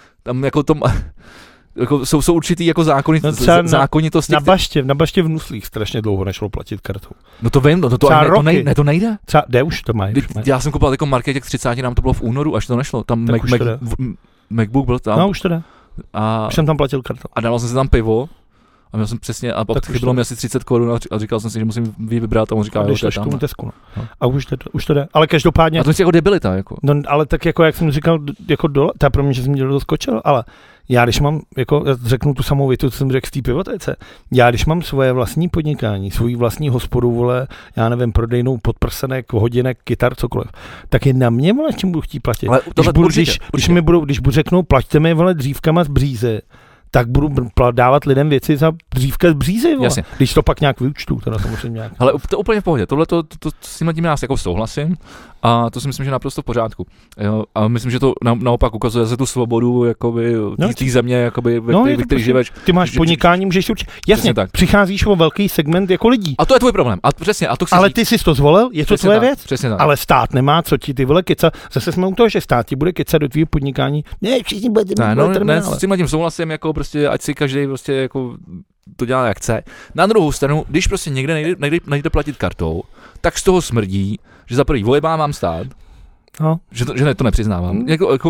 jako jsou určitý jako zákonitosti. Na baště v Nuslích strašně dlouho nešlo platit kartou. No to vím, to nejde. Třeba kde už to mají? Já jsem koupil jako marketě k 30, nám to bylo v únoru, až to nešlo. Tam MacBook byl tam. No už to jde. Už jsem tam platil kartou. A dával jsem si tam pivo. A měl jsem přesně, a pak chybilo mi asi 30 korun a říkal jsem si, že musím vybrat a on říkal, že to je Tesku, no. A už to jde, ale každopádně. A to je jako debilita, jako. No, ale tak jako, jak jsem říkal, jako ta pro mě, že jsem dělal doskočil, ale já když mám, jako řeknu tu samou větu, co jsem řekl z té pivotéce, já když mám svoje vlastní podnikání, svoji vlastní hospodu, vole, já nevím, prodejnou podprsenek, hodinek, kytar, cokoliv, tak je na mě, vole, čím budu chtít platit. Když budu řeknou, plaťte mi, vole, dřívkama z Bříze, tak budu dávat lidem věci za dřívka z Břízy, když to pak nějak vyučtu, teda samozřejmě nějak. Ale to úplně v pohodě, tohle s tím já jako souhlasím a to si myslím, že naprosto v pořádku. Jo, a myslím, že to naopak ukazuje zase tu svobodu jakoby té země, jakoby, ve které žiješ. Ty máš podnikání, můžeš určit. Jasně, přicházíš o velký segment jako lidí. A to je tvůj problém. A přesně, a to chci ale říct. ty jsi to zvolil, je to tvoje věc. Přesně tak. Ale stát nemá, co ti ty vole keca. Zase jsme u toho, že stát ti bude kecat do tvýho podnikání. Ne, všichni budete ne, s tím souhlasím, jako prostě ať si každý prostě jako to dělá jak chce. Na druhou stranu, když prostě někde nejde platit kartou, tak z toho smrdí, že za prvý vojebávám stát, že to nepřiznávám.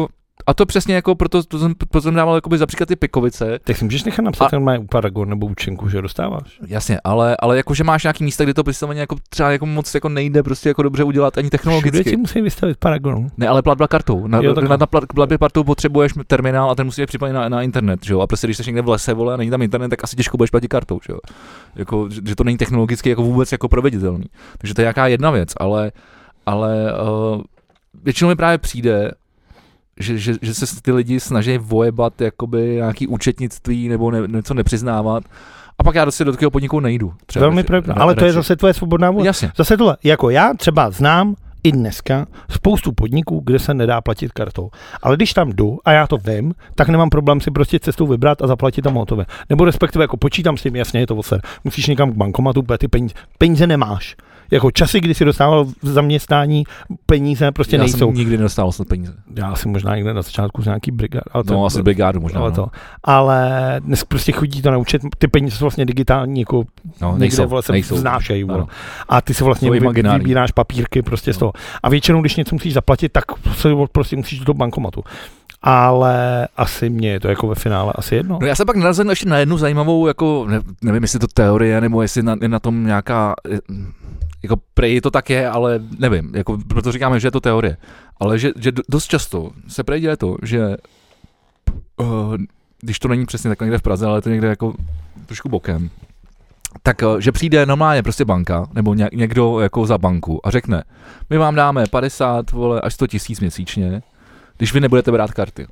A to přesně jako, proto jsem dával jakoby za příklad ty Pikovice. Tak si můžeš nechat napsat, ten má Paragon nebo účtenku, že dostáváš. Jasně, ale jako, že máš nějaký místa, kde to prostě jako třeba jako moc jako nejde prostě jako dobře udělat ani technologicky. Všude ti musí vystavit Paragon. Ne, ale platba kartou. Na platbě kartou potřebuješ terminál a ten musí být připojený na internet, že jo? A prostě když jsi někde v lese, vole, a není tam internet, tak asi těžko budeš platit kartou, že jo? Jako, že to není technologicky jako vůbec jako proveditelný. Takže to je jaká jedna věc, ale většinou mi právě přijde, že se ty lidi snaží vojebat jakoby nějaký účetnictví nebo něco nepřiznávat. A pak já do takového podniku nejdu. Velmi pravda, ale to je zase tvoje svobodná vůle. Jasně. Zase tohle, jako já třeba znám i dneska spoustu podniků, kde se nedá platit kartou. Ale když tam jdu a já to vím, tak nemám problém si prostě cestou vybrat a zaplatit tam hotově. Nebo respektive jako počítám s tím, jasně je to voser. Musíš někam k bankomatu, ty peníze nemáš. Jako časy, kdy si dostával v zaměstnání peníze, prostě já nejsou. Já jsem nikdy nedostával snad peníze. Já jsem možná někde na začátku z nějaký brigád. Asi brigádu možná. Ale dnes prostě chodí to naučit, ty peníze jsou vlastně digitální, jako někde se vznášejí. A ty se vlastně vybíráš papírky prostě z toho. A většinou, když něco musíš zaplatit, tak se prostě musíš do bankomatu. Ale asi mě je to jako ve finále asi jedno. No já se pak narazil ještě na jednu zajímavou, jako nevím, jestli to teorie, nebo jestli je na tom nějaká, jako prej to tak je, ale nevím, jako proto říkáme, že je to teorie. Ale že dost často se prej děje to, že když to není přesně takhle někde v Praze, ale to někde jako trošku bokem, tak že přijde normálně prostě banka, nebo někdo jako za banku a řekne, my vám dáme 50 až 100 tisíc měsíčně, když vy nebudete brát karty.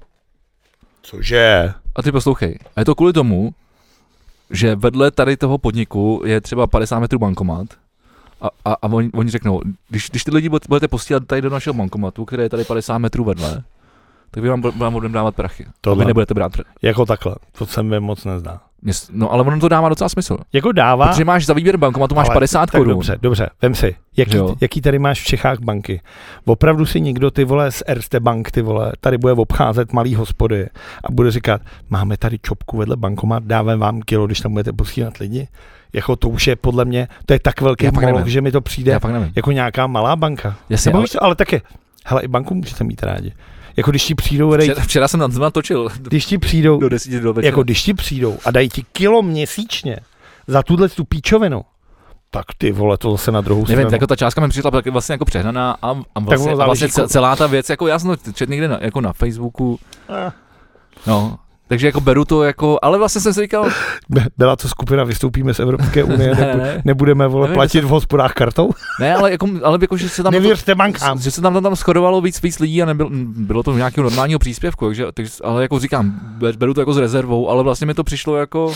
Cože? A ty poslouchej. A je to kvůli tomu, že vedle tady toho podniku je třeba 50 metrů bankomat a oni řeknou, když ty lidi budete posílat tady do našeho bankomatu, který je tady 50 metrů vedle, tak vy vám budeme dávat prachy. Tohle. Vy nebudete brát prachy. Jako takhle, to se mi moc nezdá. No ale ono to dává docela smysl. Jako dává. Protože máš za výběr bankomatu, máš 50 korun. Dobře, vem si, jaký tady máš v Čechách banky. Opravdu si někdo, ty vole, z Erste Bank, ty vole, tady bude obcházet malý hospody a bude říkat, máme tady čopku vedle bankomat, dáme vám kilo, když tam budete posílat lidi. Jako to už je podle mě, to je tak velký moloch, že mi to přijde jako nějaká malá banka. Jasně, ale taky, hele, i banku můžete mít rádi. Jako když ti přijdou... Včera jsem tam točil. Když ti přijdou... Do 10 do večera. Jako když ti přijdou a dají ti kilo měsíčně za tu píčovinu, tak ty vole, to zase na druhou stranu. Nevím, jako ta částka mi přišla vlastně jako přehnaná a vlastně celá ta věc, jako já jsem to četl někde jako na Facebooku. No, takže jako beru to jako, ale vlastně jsem si říkal... Byla to skupina, vystoupíme z Evropské unie, nebudeme vole platit v hospodách kartou? Ne, ale jako že se tam... Nevěřte bankám. Že se tam shodovalo víc lidí a bylo to nějakého normálního příspěvku, takže ale jako říkám, beru to jako s rezervou, ale vlastně mi to přišlo jako...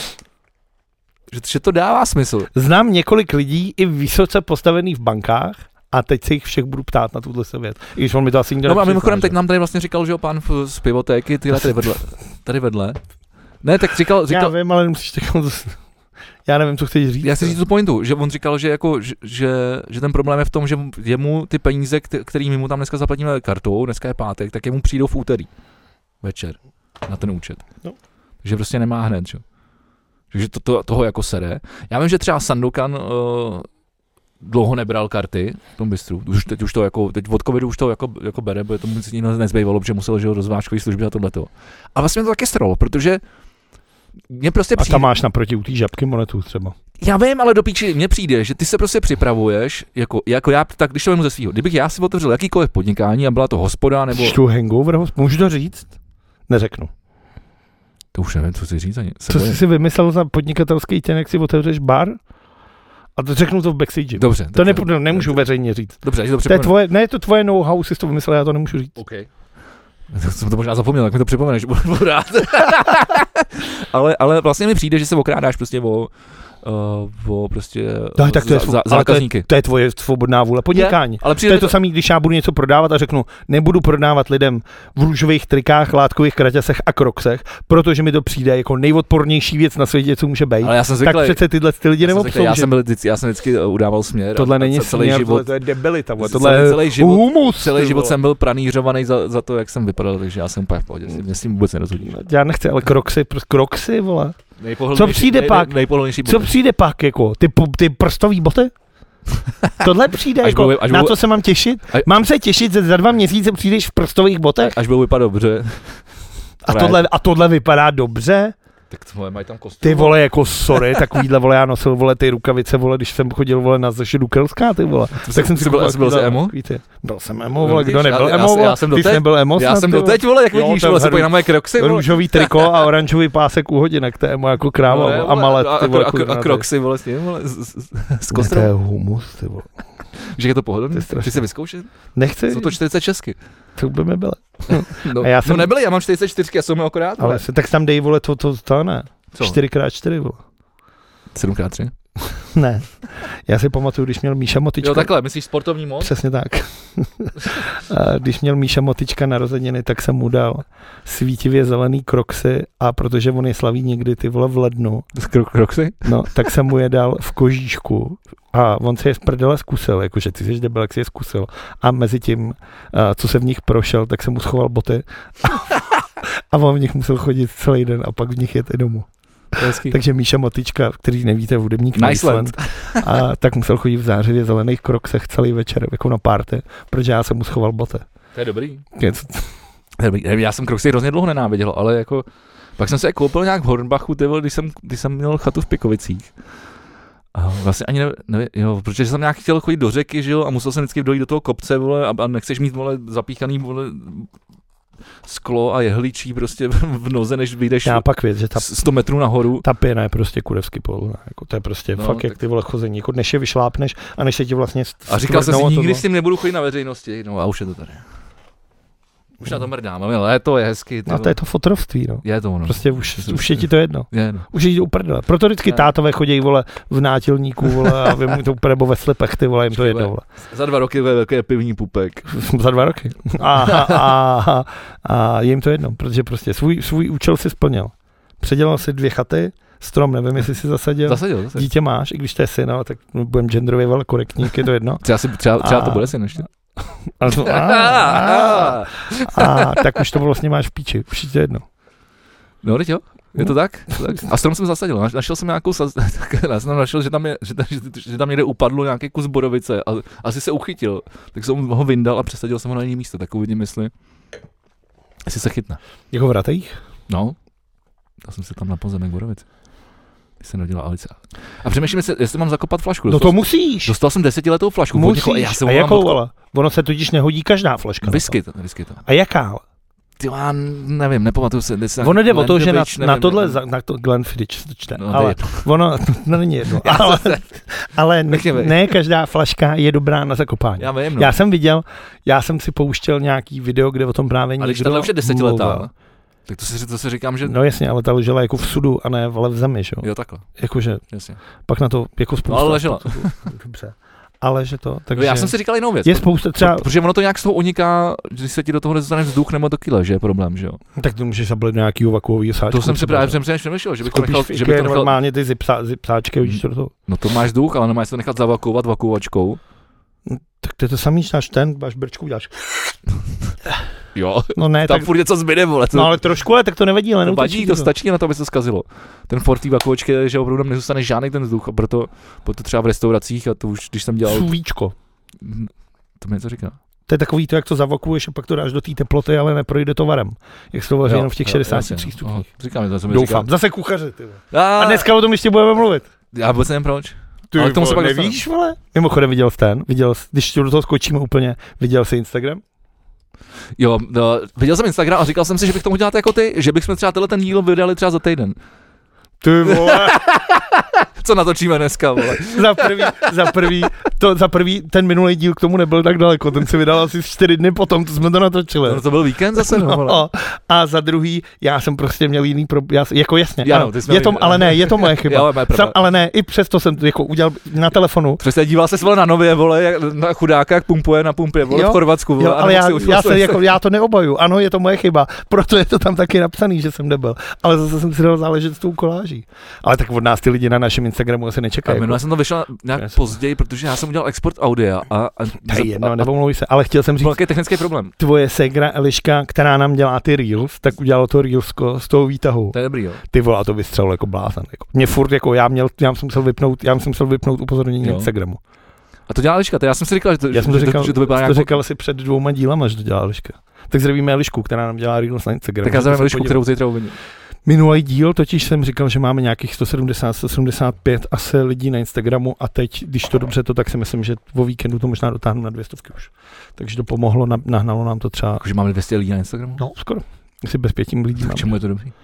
Že to dává smysl. Znám několik lidí i vysoce postavených v bankách a teď se jich všech budu ptát na tuhle věc. I když on mi to asi nikdo a mimochodem teď nám tady vlastně říkal, že pán z pivotéky, tady vedle. Ne, tak říkal... Já vím, ale musíš takhle... Já nevím, co chceš říct. Já chci říct tu pointu, že on říkal, že jako, že ten problém je v tom, že jemu ty peníze, kterými mu tam dneska zaplatíme kartou, dneska je pátek, tak jemu přijdou v úterý večer na ten účet. No. Takže prostě nemá hned, že? Takže toho jako sere. Já vím, že třeba Sandokan dlouho nebral karty v tom bistru. Teď už to jako, teď od covidu už to jako bere, protože tomu nic nezbývalo, protože musel žít do zvážkové služby a tohleto. A vlastně to taky stralo, protože mě prostě přijde... A tam máš naproti u té žabky monetu třeba. Já vím, ale do píči mně přijde, že ty se prostě připravuješ, jako já, tak když to vemu ze svýho, kdybych já si otevřel jakýkoliv podnikání a byla to hospoda nebo... Čtu hangover, můžu to říct? Neřeknu. To už nevím, co si říct ani. Co jsi si vymyslel za podnikatelský těn, jak si otevřeš bar? A to řeknu to v backstage. Dobře. To nemůžu veřejně říct. Dobře, to je tvoje, ne, to tvoje know-how, jsi to vymyslel, já to nemůžu říct. Okay. Jsem to možná zapomněl, tak mi to připomeneš, budu rád. ale vlastně mi přijde, že se okrádáš prostě o prostě zákazníky. To je tvoje svobodná vůle podnikání. Ale to je to samé, když já budu něco prodávat a řeknu, nebudu prodávat lidem v růžových trikách, látkových kraťasech a kroksech, protože mi to přijde jako nejodpornější věc na světě, co může být. Ale já jsem zvyklý, tak přece tyhle lidi neobslouží. Já jsem vždycky udával směr. Tohle není celý život, to je debilita. Tohle je humus. Celý život jsem byl pranířovaný za to, jak jsem vypadal, takže já jsem úplně v pohodě. Mě s tím vůbec nerozhodím. Já nechci, ale kroksy, vole. Co přijde pak? Co přijde pak, jako ty prstový boty? Tohle přijde, jako, na co se mám těšit? Mám se těšit, že za 2 měsíce přijdeš v prstových botech? Až budou vypadat dobře. A tohle vypadá dobře? Tak tohle mají tam kostým. Ty vole, jako sorry, takovýhle vole, já nosil vole ty rukavice, vole, když jsem chodil vole na Zeši Dukelská, ty vole. Tak jsem si byl jsi emo? Byl jsem emo, vole, kdo nebyl emo, vole, ty jsi nebyl emo. Já jsem doteď, vole, jak vidíš, vole, se pojí na moje kroksy, vole. Růžový triko a oranžový pásek u hodinek, to je emo jako kráva a malet, ty vole. A kroksy, vole, s tím, vole, s kostrou. To je humus, ty vole. Že je to pohodlný? Chci se vyzkoušet? Nechci. Jsou to 46. To by mi byly. No, nebyly, já mám 44, já jsem mi akorát. Ale tak tam dej, vole, to ne. 4x4, vole. 7x3? Ne. Já si pamatuju, když měl Míša Motička. Jo, takhle, myslíš sportovní mod? Přesně tak. Když měl Míša Motička narozeniny, tak jsem mu dal svítivě zelený kroksy a protože on je slaví někdy ty vole v lednu. Kroksy? No, tak jsem mu je dal v kožíšku a on se je z prdele zkusil, jakože ty jsi debil, jak si je zkusil. A mezi tím, co se v nich prošel, tak jsem mu schoval boty a on v nich musel chodit celý den a pak v nich jet i domů. Takže Míša Motička, který nevíte, hudebník na Iceland, a tak musel chodit v zářivě zelených kroksech celý večer, jako na party, protože já jsem mu schoval boty. To je dobrý. Já jsem kroksy hrozně dlouho nenáviděl, ale jako pak jsem se je koupil nějak v Hornbachu, když jsem měl chatu v Pikovicích. A vlastně ani nevím, jo, protože jsem nějak chtěl chodit do řeky, že jo, a musel jsem vždycky dojít do toho kopce, vole, a nechceš mít, vole, zapíchaný, vole, sklo a jehličí prostě v noze, než vyjdeš 100 metrů nahoru. Ta pěna je prostě kurevsky polná, jako to je prostě fakt tak... jak ty vole chození, jako než je vyšlápneš a než se ti vlastně a říkal jsem si, nikdy s tím nebudu chodit na veřejnosti, no a už je to tady. Už na to mrdám, máme léto, je hezky. A to je to fotrovství, no. Je to ono. Prostě už je ti to jedno. Je, no. Už je ti uprdele. Proto vždycky tátové chodí, vole, v nátilníku, vole, a vy mu to úplně, nebo ve slipech, ty vole, jim to jedno, vole. Za 2 roky velký pivní pupek. Za 2 roky. A jim to jedno, protože prostě svůj účel si splnil. Předělal si 2 chaty, strom, nevím, jestli si zasadil. Dítě máš, i když to je syn, ale tak budem genderově velmi korektní, je to jedno. Třeba to bude syn ještě. Tak už to vlastně máš v píči, už je to jedno. No, teď jo, je to tak? A strom jsem zasadil, našel jsem nějakou já jsem našel, že tam někde upadlo nějaký kus borovice a asi se uchytil, tak jsem ho vyndal a přesadil jsem ho na jiné místo, tak uvidím, jestli se chytne. Jako v Ratejích? No, dal jsem se tam na pozemek borovice. Se narodila Alice. A přemýšlím, jestli mám zakopat flašku. No to musíš. Dostal jsem 10letou flašku. Musíš. A jakou, ale? Ono se totiž nehodí každá flaška. Whisky to. A jaká? Ty já nevím, nepamatuju se. Ono jde o to, že na tohle, na to Glenfiddich to čte, no, ale ono, no není jedno. Ale ne každá flaška je dobrá na zakopání. Já vím, no. Já jsem si pouštěl nějaký video, kde o tom právě někdo. Ale když tohle už je 10letá. Tak to si říkám, že... No jasně, ale ta ležela jako v sudu a ne v zemi, že jo? Jo, takhle. Jakože, jasně. Pak na to jako spousta. No, ale ležela. Dobře. Ale že to, takže... Já jsem si říkal jinou věc. Je spousta třeba... Protože ono to nějak z toho uniká, když se ti do toho nedostane vzduch nebo to kyle, že je problém, že jo? Tak to můžeš zabalit do nějakého vakuového sáčku. To jsem si právě přemýšlel, že bych to nechal... Že bych to nechal... normálně ty zipsáčky, vidíš to do toho. No to máš vzduch, ale nemáš to nechat zavakuovat vakuovačkou. Tak to je to samý, máš brčku, děláš... Jo, no ne, tam tak... furt něco zbyde, vole. No ale trošku, ale tak to nevadí, ale nevadí, to stačí na to, aby se to zkazilo. Ten Ford vakuovačky je, že opravdu nezůstane žádný ten vzduch a proto třeba v restauracích a to už, když jsem dělal... Sůvíčko. To mi něco říká. To je takový to, jak to zavakuješ a pak to dáš do té teploty, ale neprojde to varem. Jak se to vaří jenom v těch 63 stupních. Říkám, to doufám. Říká. Zase kuchaři, ty. A dneska o tom ještě budeme mluvit. Já vůbec nevím proč. Ty ale tomu se pak nevíš, vole? Mimochodem viděl jsi když do toho skočíme úplně, viděl jsi Instagram? Jo, no, viděl jsem Instagram a říkal jsem si, že bych tomu dělat jako ty, že bychom třeba ten díl vydali třeba za týden. Ty vole. Co natočíme dneska, vole? Za prvý, ten minulý díl k tomu nebyl tak daleko, ten si vydal asi 4 dny potom, to jsme to natočili. No to byl víkend zase, no, vole. A za druhý, já jsem prostě měl jiný problém, jako jasně, já, no, je to moje chyba. Ale ne, i přesto jsem to jako udělal na telefonu. Přesně díval se vole na Nově, vole, na chudáka, jak pumpuje na pumpě, vole, v Chorvatsku, vole. Jo, ale já to neobajuju, ano, je to moje chyba, proto je to tam taky napsaný, že jsem debil. Ale zase jsem si dal záležet s tou koláží. Ale tak od nás ty lidi na našem Instagramu asi nečekají. Já jsem to vyšel nějak později, protože já jsem udělal export audia a nepomluví se, ale chtěl jsem říct, jaký technický problém. Tvoje ségra Eliška, která nám dělá ty reels, tak udělalo to reelsko z toho výtahu. To je dobrý, jo. Ty vole, to vystřelilo jako blázen. Jako. Mě furt jako já jsem musel vypnout upozornění Instagramu. A to dělá Eliška, to já jsem si říkal, že to vypadá jako... To říkal asi před 2 dílama, že to dělá Eliška. Tak zdravíme Elišku, která nám dělá Reels na Instagram. Tak já zdravím Elišku, kterou zítra uvidím. Minulý díl totiž jsem říkal, že máme nějakých 170-175 asi lidí na Instagramu a teď, když to dobře to, tak si myslím, že o víkendu to možná dotáhnu na 200 už. Takže to pomohlo, nahnalo nám to třeba... Takže máme 200 lidí na Instagramu? No, skoro. Asi bez 5 lidí máme. K čemu je to dobrý?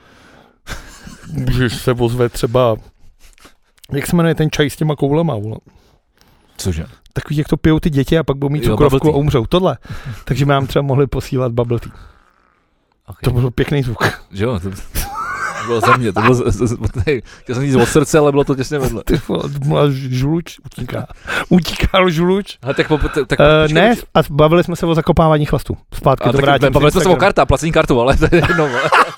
Když se ozve třeba... Jak se jmenuje ten čaj s těma koulema, vole? Cože? Takový, jak to pijou ty děti a pak budou mít cukrovku a umřou. Tohle. Takže my nám třeba mohli posílat bubble tea. Okay. To byl pěkný zvuk. Že jo, to bylo za mě, to bylo, chtěl jsem říct od srdce, ale bylo to těsně vedle. Ty vole, žluč utíkal žluč. Ale tak ne, a bavili jsme se o zakopávání chlastu. Zpátky to vrátím. Bavili jsme se o placení kartu, ale to je jedno.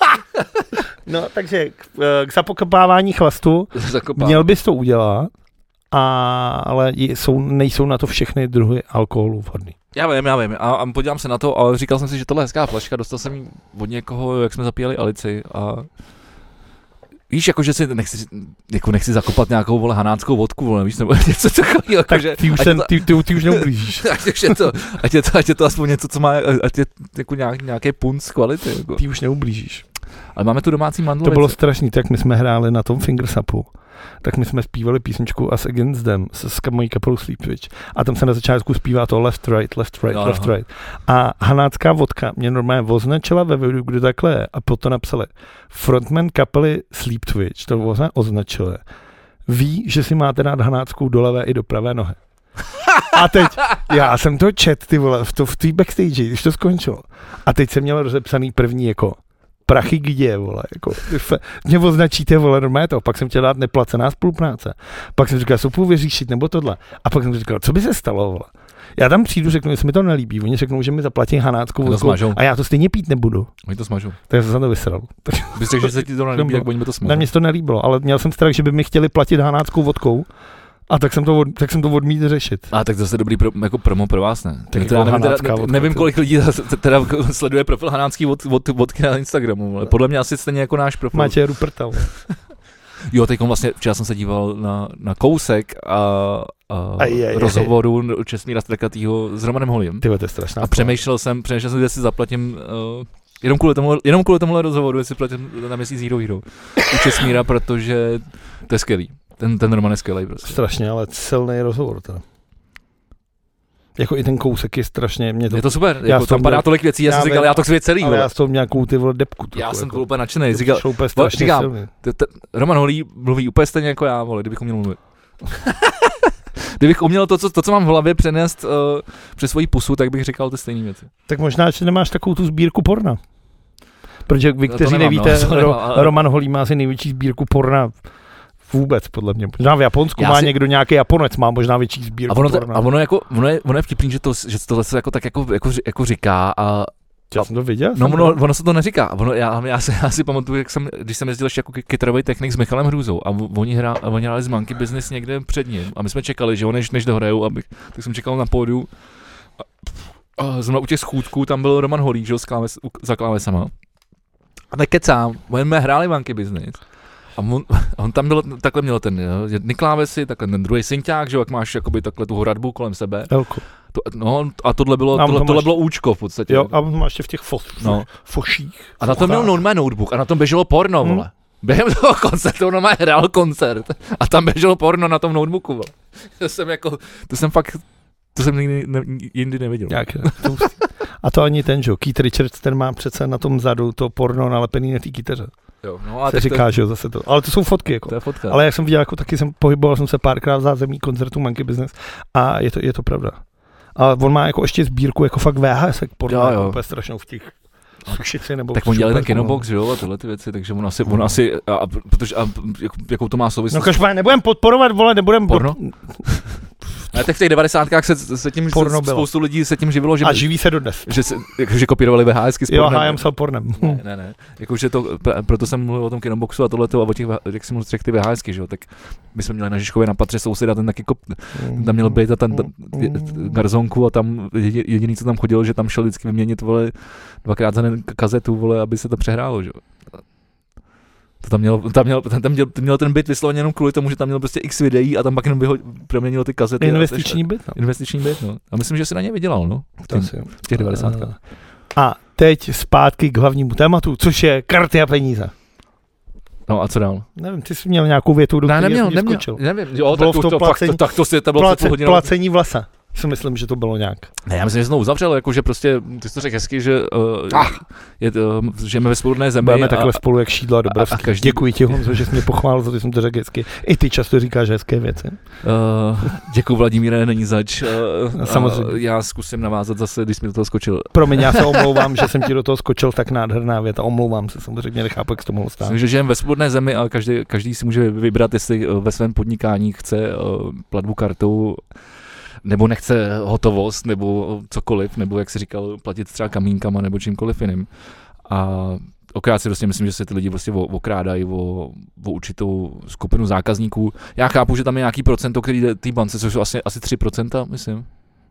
No, takže k zakopávání chlastu měl bys to udělat, ale nejsou na to všechny druhy alkoholu vhodný. Já vím. A podívám se na to, ale říkal jsem si, že tohle je hezká flaška, dostal jsem ji od někoho, jak jsme zapíjeli Alici a víš, jako, že si nechci zakopat nějakou, vole, hanáckou vodku, vole, víš, nebo něco takového. Jako, tak ty už neublížíš. Ať je to aspoň něco, co má, ať je jako nějaký punt kvality. Jako. Ty už neublížíš. Ale máme tu domácí mandlovice. To bylo strašný, tak my jsme hráli na tom Fingersapu. Tak my jsme zpívali písničku Us Against Them s mojí kapelou Sleepwitch. A tam se na začátku zpívá to left, right. A hanácká vodka mě normálně označila ve videu, kde takhle je. A potom napsali frontman kapely Sleepwitch, to označili. Ví, že si máte dát hanáckou do levé i do pravé nohy. A teď, já jsem to čet, ty vole, v té backstage, když to skončilo. A teď jsem měl rozepsaný první jako prachy kde, vole, jako, mě označíte, vole, normálně to, pak jsem chtěl dát neplacená spolupráce, pak jsem říkal, soupu vyříšit, nebo tohle, a pak jsem říkal, co by se stalo, vole. Já tam přijdu, řeknu, jestli mi to nelíbí, oni řeknou, že mi zaplatí hanáckou vodku a já to stejně pít nebudu. Oni to smažou. Tak jsem se to vysral. Bys řekl, že se ti to nelíbí, jak oni mi to smažou. Na mě to nelíbilo, ale měl jsem strach, že by mi chtěli platit hanáckou vodkou. A tak jsem to odmítl řešit. A tak zase dobrý jako promo pro vás, ne? Tak nevím, kolik lidí teda sleduje profil hanácký vodky na Instagramu, ale podle mě asi stejně jako náš profil. Matěj Ruperta. Jo, teď vlastně včera jsem se díval na kousek rozhovoru Česmíra Strakatýho s Romanem Holím. Tyhle, to je strašná. A přemýšlel jsem, jestli zaplatím jenom kvůli tomuhle rozhovoru, jestli platím na měsíc Hero u Česmíra, protože to je skvělý. Ten Roman je skvělej prostě. Strašně, ale silný rozhovor teda. Jako i ten kousek je strašně... Je to super, jako tam padá tolik věcí, já jsem říkal, já to chci celý. Ale já s toho nějakou ty vole depku. Já jsem byl úplně nadšenej, říkal, Roman Holý mluví úplně stejně jako já, vole, kdybych uměl mluvit. Kdybych uměl to, co mám v hlavě přenést přes svoji pusu, tak bych říkal ty stejné věci. Tak možná, že nemáš takovou tu sbírku porna. Protože vy, kteří nevíte, Roman Holý má asi největší sbírku porna vůbec, podle mě. Možná v Japonsku má někdo nějaký Japonec, má možná větší sbírku porna. A ono je vtipný, že tohle se jako tak jako říká a... Já jsem to viděl? No, ono se to neříká. Já si pamatuju, když jsem jezdil ještě jako kytarový technik s Michalem Hrůzou a oni hráli z Monkey Business někde před ním a my jsme čekali, že než dohrajou, tak jsem čekal na pódiu a zrovna u těch schůdků tam byl Roman Holý, že za klávesama. A nekecám, oni hráli Monkey Business. A on tam takhle měl ten jedny klávesy, takhle ten druhý synťák, že jak máš jakoby takhle tu hradbu kolem sebe. A tohle bylo účko v podstatě. Jo, a máš ještě v těch foších. A na tom měl normální notebook a na tom běželo porno, vole. Během toho koncertu normálně hrál koncert a tam běželo porno na tom notebooku, vole. To jsem jindy neviděl. A to ani ten, že Keith Richards, ten má přece na tom zadu to porno nalepený na té kytaře. Jo, no a se říká, že jo, zase to. Ale to jsou fotky, jako. To je fotka. Ale jak jsem viděl, jako taky pohyboval jsem se párkrát v zázemí koncertu Monkey Business a je to pravda. A on má jako ještě sbírku jako fakt VHS, porno, jako úplně strašnou v těch sušici nebo... Tak on dělali ten Kinobox, že jo, a tyhle ty věci, takže on asi protože jakou to má souvislost. No každopádně nebudem podporovat, vole, porno? Ale tak v těch 90kách se tím spoustu lidí se tím živilo, že... A živí se dodnes. Že kopírovali VHSky s pornem. Jo, já psal pornem. Ne. Jakože proto jsem mluvil o tom Kinoboxu a tohleto a o těch, jak jsem mluvil z ty VHSky, že jo, tak my jsme měli na Žižkově na patře souseda, ten taky tam měl být a ten garzonku a tam jediný, co tam chodilo, že tam šel vždycky vyměnit, vole, 2krát za kazetu, vole, aby se to přehrálo, že jo. To tam měl ten byt vysloveně jenom kvůli tomu, že tam měl prostě x videí a tam pak jenom proměnilo ty kazety. Investiční byt. No. Investiční byt, no. A myslím, že si na ně vydělal, no. V těch 90. A teď zpátky k hlavnímu tématu, což je karty a peníze. No a co dál? Nevím, ty jsi měl nějakou větu, do které jsi skočil. Nevím. Jo, tak to bylo placení vlasa. Si myslím, že to bylo nějak. Ne, já myslím, že znovu uzavřel, jakože prostě, ty jsi to řekl hezky, že žijeme ve spoludné zemi. Budeme takhle spolu jak šídlo a Dobrovský. Děkuji ti, Honzo, že jsi mě pochválil, za to jsem to řekl hezky. I ty často říkáš hezké věci. Děkuji, Vladimíre, není zač. Samozřejmě. Já zkusím navázat zase, když jsi mi do toho skočil. Promiň, já se omlouvám, že jsem ti do toho skočil, tak nádherná věta. Omlouvám se, samozřejmě nechápu, jak to mohlo stát. Myslím, že žijeme ve spoludné zemi a každý si může vybrat, jestli ve svém podnikání chce platbu kartou, nebo nechce hotovost, nebo cokoliv, nebo jak jsi říkal, platit třeba kamínkama, nebo čímkoliv jiným. A okrát si prostě myslím, že se ty lidi prostě okrádají o určitou skupinu zákazníků. Já chápu, že tam je nějaký procento, který jde té bance, což jsou asi 3%, myslím.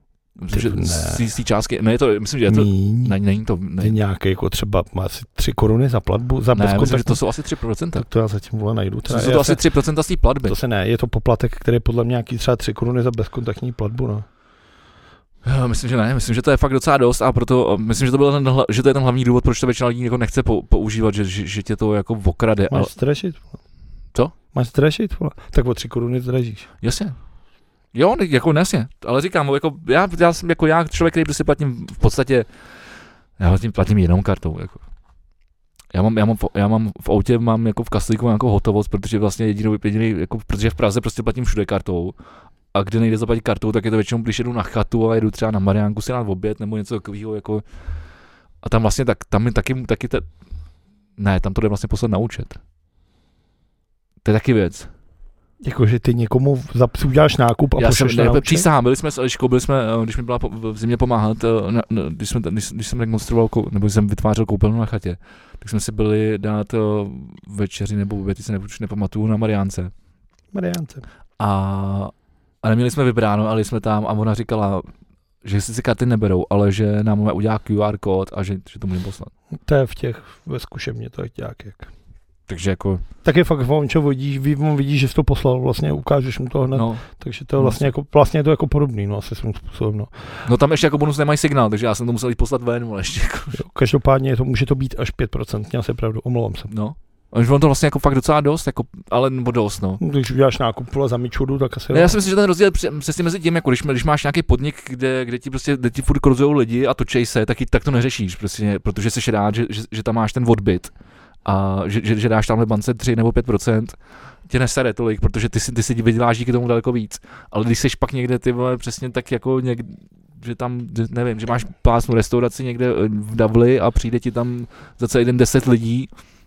Z té částky, ne, myslím, že je to, není to. Je nějaký jako třeba asi 3 koruny za platbu, za bezkontaktní. Myslím, že to jsou asi 3%. Tak to já zatím najdu. To jsou to asi 3% z té platby. To se ne, je to poplatek, který je podle mě nějaký třeba 3 koruny za bezkontaktní platbu, no. Já myslím, že ne, myslím, že to je fakt docela dost a proto myslím, že to je ten hlavní důvod, proč to většina lidí jako nechce používat, že tě to jako okrade. Máš strašit? Co? Máš strašit? Tak o 3 koruny zdražíš. Jasně. Jo, jako nesně, ale říkám, jako já jsem jako člověk, který prostě platím v podstatě, já platím jinou kartou, jako. Já mám v autě, mám jako v kaslíku nějakou hotovost, protože vlastně jediný, jako, protože v Praze prostě platím všude kartou a kde nejde zaplatit kartou, tak je to většinou, když jedu na chatu a jedu třeba na Mariánku si dát oběd nebo něco takového, jako, a tam vlastně tam je taky tam to jde vlastně poslat na účet. To je taky věc. Jakože ty někomu uděláš nákup a pošleš na účet? Přísahám, byli jsme s Eliškou, když mi byla v zimě pomáhat, když jsem rekonstruoval, nebo jsem vytvářel koupelnu na chatě, tak jsme si byli dát večeři nebo oběd, si nepamatuju, na Mariánce. A neměli jsme vybráno, ale jsme tam a ona říkala, že si karty neberou, ale že nám udělá QR kód a že to můžeme poslat. To je ve zkušebně, to je jak. Takže jako... Tak je fakt, on vidíš, že jsi to poslal, vlastně ukážeš mu to hned, no, takže to je vlastně je to jako podobný, no, asi svým způsobem, no. No tam ještě jako bonus nemají signál, takže já jsem to musel jít poslat ven, ale ještě jako... Jo, každopádně může to být až 5%, měl se pravdu, omlouvám se. No. A on to vlastně jako fakt docela dost, jako, ale nebo dost, no. Když uděláš nákup za mičudu, tak asi... Já si myslím, že ten rozdíl přesně mezi tím, jako když máš nějaký podnik, kde ti furt krozujou lidi a točej se, tak to neřešíš, prostě, protože jsi rád, že tam máš ten odbyt. A že dáš tamhle bance 3 nebo 5%, tě nesere tolik, protože ty si vyděláš díky tomu daleko víc. Ale když seš pak někde, ty vole, přesně tak jako že tam, nevím, že máš pásnou restauraci někde v Davli a přijde ti tam za celý den 10 lidí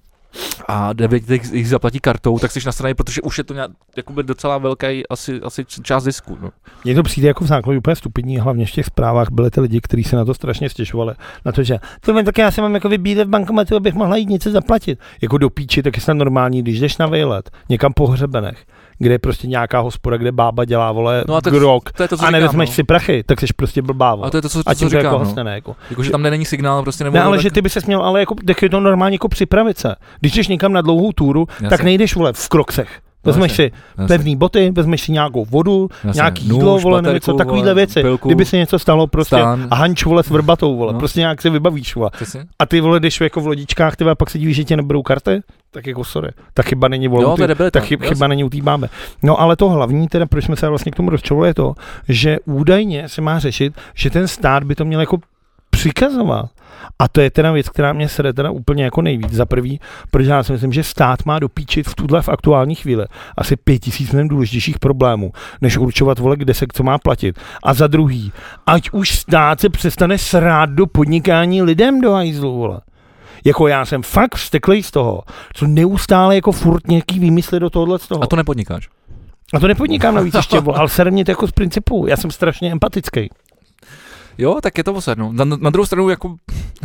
a 9 jich zaplatí kartou, tak jsi nastranej, protože už je to jakoby docela velký asi část zisku. No. Mně to přijde jako v základu úplně stupidní, hlavně v těch zprávách byly ty lidi, kteří se na to strašně stěžovali. Na to, že tak já se mám jako vybírat v bankomatu, abych mohla jít něco zaplatit. Jako do píči, tak je snad normální, když jdeš na výlet někam po hřebenech, kde je prostě nějaká hospoda, kde bába dělá, vole, grok a nevezmeš si prachy, tak jsi prostě blbá, vole. A to je to, co říkám, jako no. Hasne, jako. Jako, že tam není signál, prostě nebo... Ne, ale tak... že ty by ses měl, ale jako, tak je to normálně jako připravit se. Když jdeš někam na dlouhou túru, tak nejdeš, vole, v kroksech. Vezmeš si pevný boty, vezmeš si nějakou vodu, nějaký jídlo, vole, nebo něco, takovýhle věci. Pilku, kdyby se něco stalo, prostě a hanč, vole, s vrbatou, vole, prostě nějak se vybavíš, vole. A ty, vole, jdeš jako v lodičkách, ty a pak se divíš, že tě neberou karty, tak jako sorry. Tak chyba není, vole, tak chyba není u té bábe. No ale to hlavní, teda proč jsme se vlastně k tomu rozčulovali, je to, že údajně se má řešit, že ten stát by to měl jako přikazovat. A to je teda věc, která mě sere teda úplně jako nejvíc. Za prvý, protože já si myslím, že stát má dopíčit v aktuální chvíli asi 5000 mnohem důležitějších problémů, než určovat, vole, kde se co má platit. A za druhý, ať už stát se přestane srát do podnikání lidem do hajzlu, vole. Jako já jsem fakt vzteklej z toho, co neustále jako furt nějaký výmysly do tohohle z toho. A to nepodnikáš? A to nepodnikám navíc ještě, vole, ale sere mě to jako z principu. Já jsem strašně empatický. Jo, tak je to osadno. Na druhou stranu, jako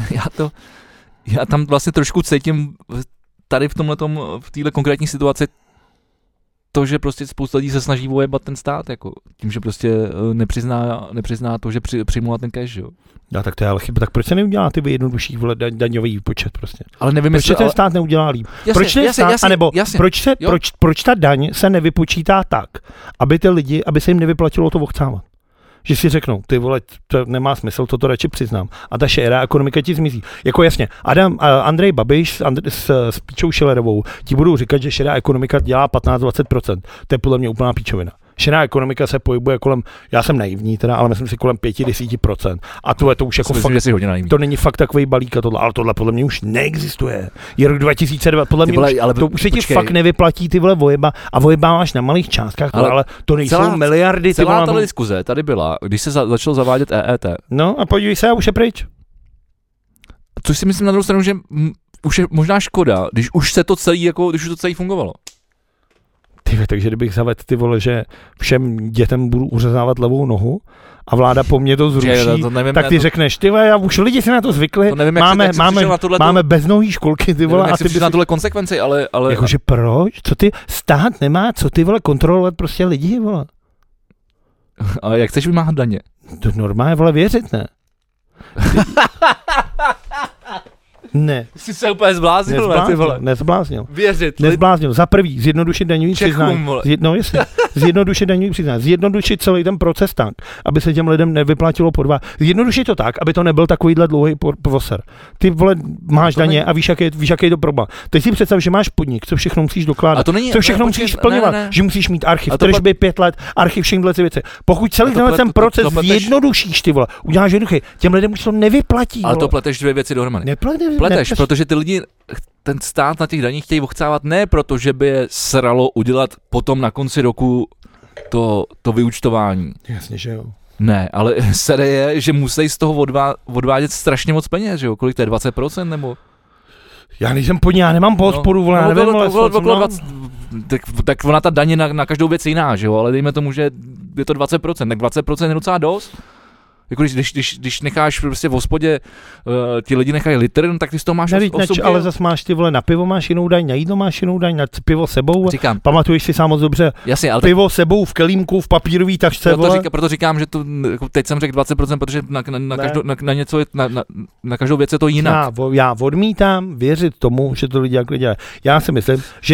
já tam vlastně trošku cítím tady v téhle konkrétní situaci to, že prostě spousta lidí se snaží vojebat ten stát, jako tím, že prostě nepřizná to, že přijmula ten cash, jo. No tak to je ale chyba, tak proč se neudělá ty jednodušší daňový výpočet prostě? Ale nevím, proč ten stát neudělá líp? Proč ta daň se nevypočítá tak, aby ty lidi, aby se jim nevyplatilo to ochcávat? Že si řeknou, ty vole, to nemá smysl, toto radši přiznám. A ta šedá ekonomika ti zmizí. Jako jasně, Andrej Babiš s Píčou Schillerovou ti budou říkat, že šedá ekonomika dělá 15-20%. To je podle mě úplná píčovina. Šedá ekonomika se pohybuje kolem, já jsem naivní teda, ale myslím si kolem 5-10%. A to už jako myslím, fakt, to není fakt takový balík a tohle, ale tohle podle mě už neexistuje. Je rok 2002, podle mě už, ale to už se ti fakt nevyplatí ty vole vojeba a vojebáváš na malých částkách, ale to nejsou miliardy. Celá ta diskuze tady byla, když se začalo zavádět EET. No a podívej se, a už je pryč. Což si myslím na druhou stranu, že už je možná škoda, když už to celý fungovalo. Takže kdybych zavedl ty vole, že všem dětem budu uřezávat levou nohu a vláda po mně to zruší, tak ty řekneš, ty vole, už lidi si na to zvykli, máme beznohý školky, ty vole. A ty bys na tohle konsekvenci, ale... Jakože proč? Co ty, stát nemá, co ty vole, kontrolovat prostě lidi, vole. A jak chceš vymáhat daně? To normálně, vole, věřit, ne? Ne. Jsi se úplně zbláznil, ty vole. Nezbláznil. Věřit. Nezbláznil. Za prvý, zjednodušit daňový přiznání. Zjednodušit daňový přiznání. Zjednodušit celý ten proces tak, aby se těm lidem nevyplatilo podvá. Zjednodušit to tak, aby to nebyl takovýhle dlouhý poser. Ty vole, máš daně a víš, jaký je to problém. Teď si představ, že máš podnik, co všechno musíš dokládat. Co všechno musíš splňovat, že musíš mít archiv tržby 5 let, archiv všechny ty věci. Pokud celý ten proces zjednodušíš, ty vole, uděláš jednoduchý, těm lidem už to nevyplatí. Ale to pleteš dvě věci dohromady. Pleteš, protože ty lidi, ten stát na těch daních chtějí ochcávat ne proto, že by je sralo udělat potom na konci roku to vyúčtování. Jasně, že jo. Ne, ale sere je, že musí z toho odvádět strašně moc peněz, že jo? Kolik to je, 20% nebo? Já nejsem podnik, já nemám po hospodu, vole, já nevím, tak ona ta daně na každou věc jiná, že jo? Ale dejme tomu, že je to 20%, tak 20% je docela dost. Jako když necháš prostě v hospodě, ti lidi nechají litr, tak ty z toho máš osobně. Ale zas máš ty vole, na pivo máš jinou daň, na jídlo máš jinou daň, na pivo sebou. Říkám. Pamatuješ si sám moc dobře. Jasně, ale pivo sebou v kelímku, v papírový tašce. Proto říkám, že to, teď jsem řekl 20%, protože na něco, na každou věc je to jinak. Já odmítám věřit tomu, že to lidi jakhle dělají. Já si myslím, že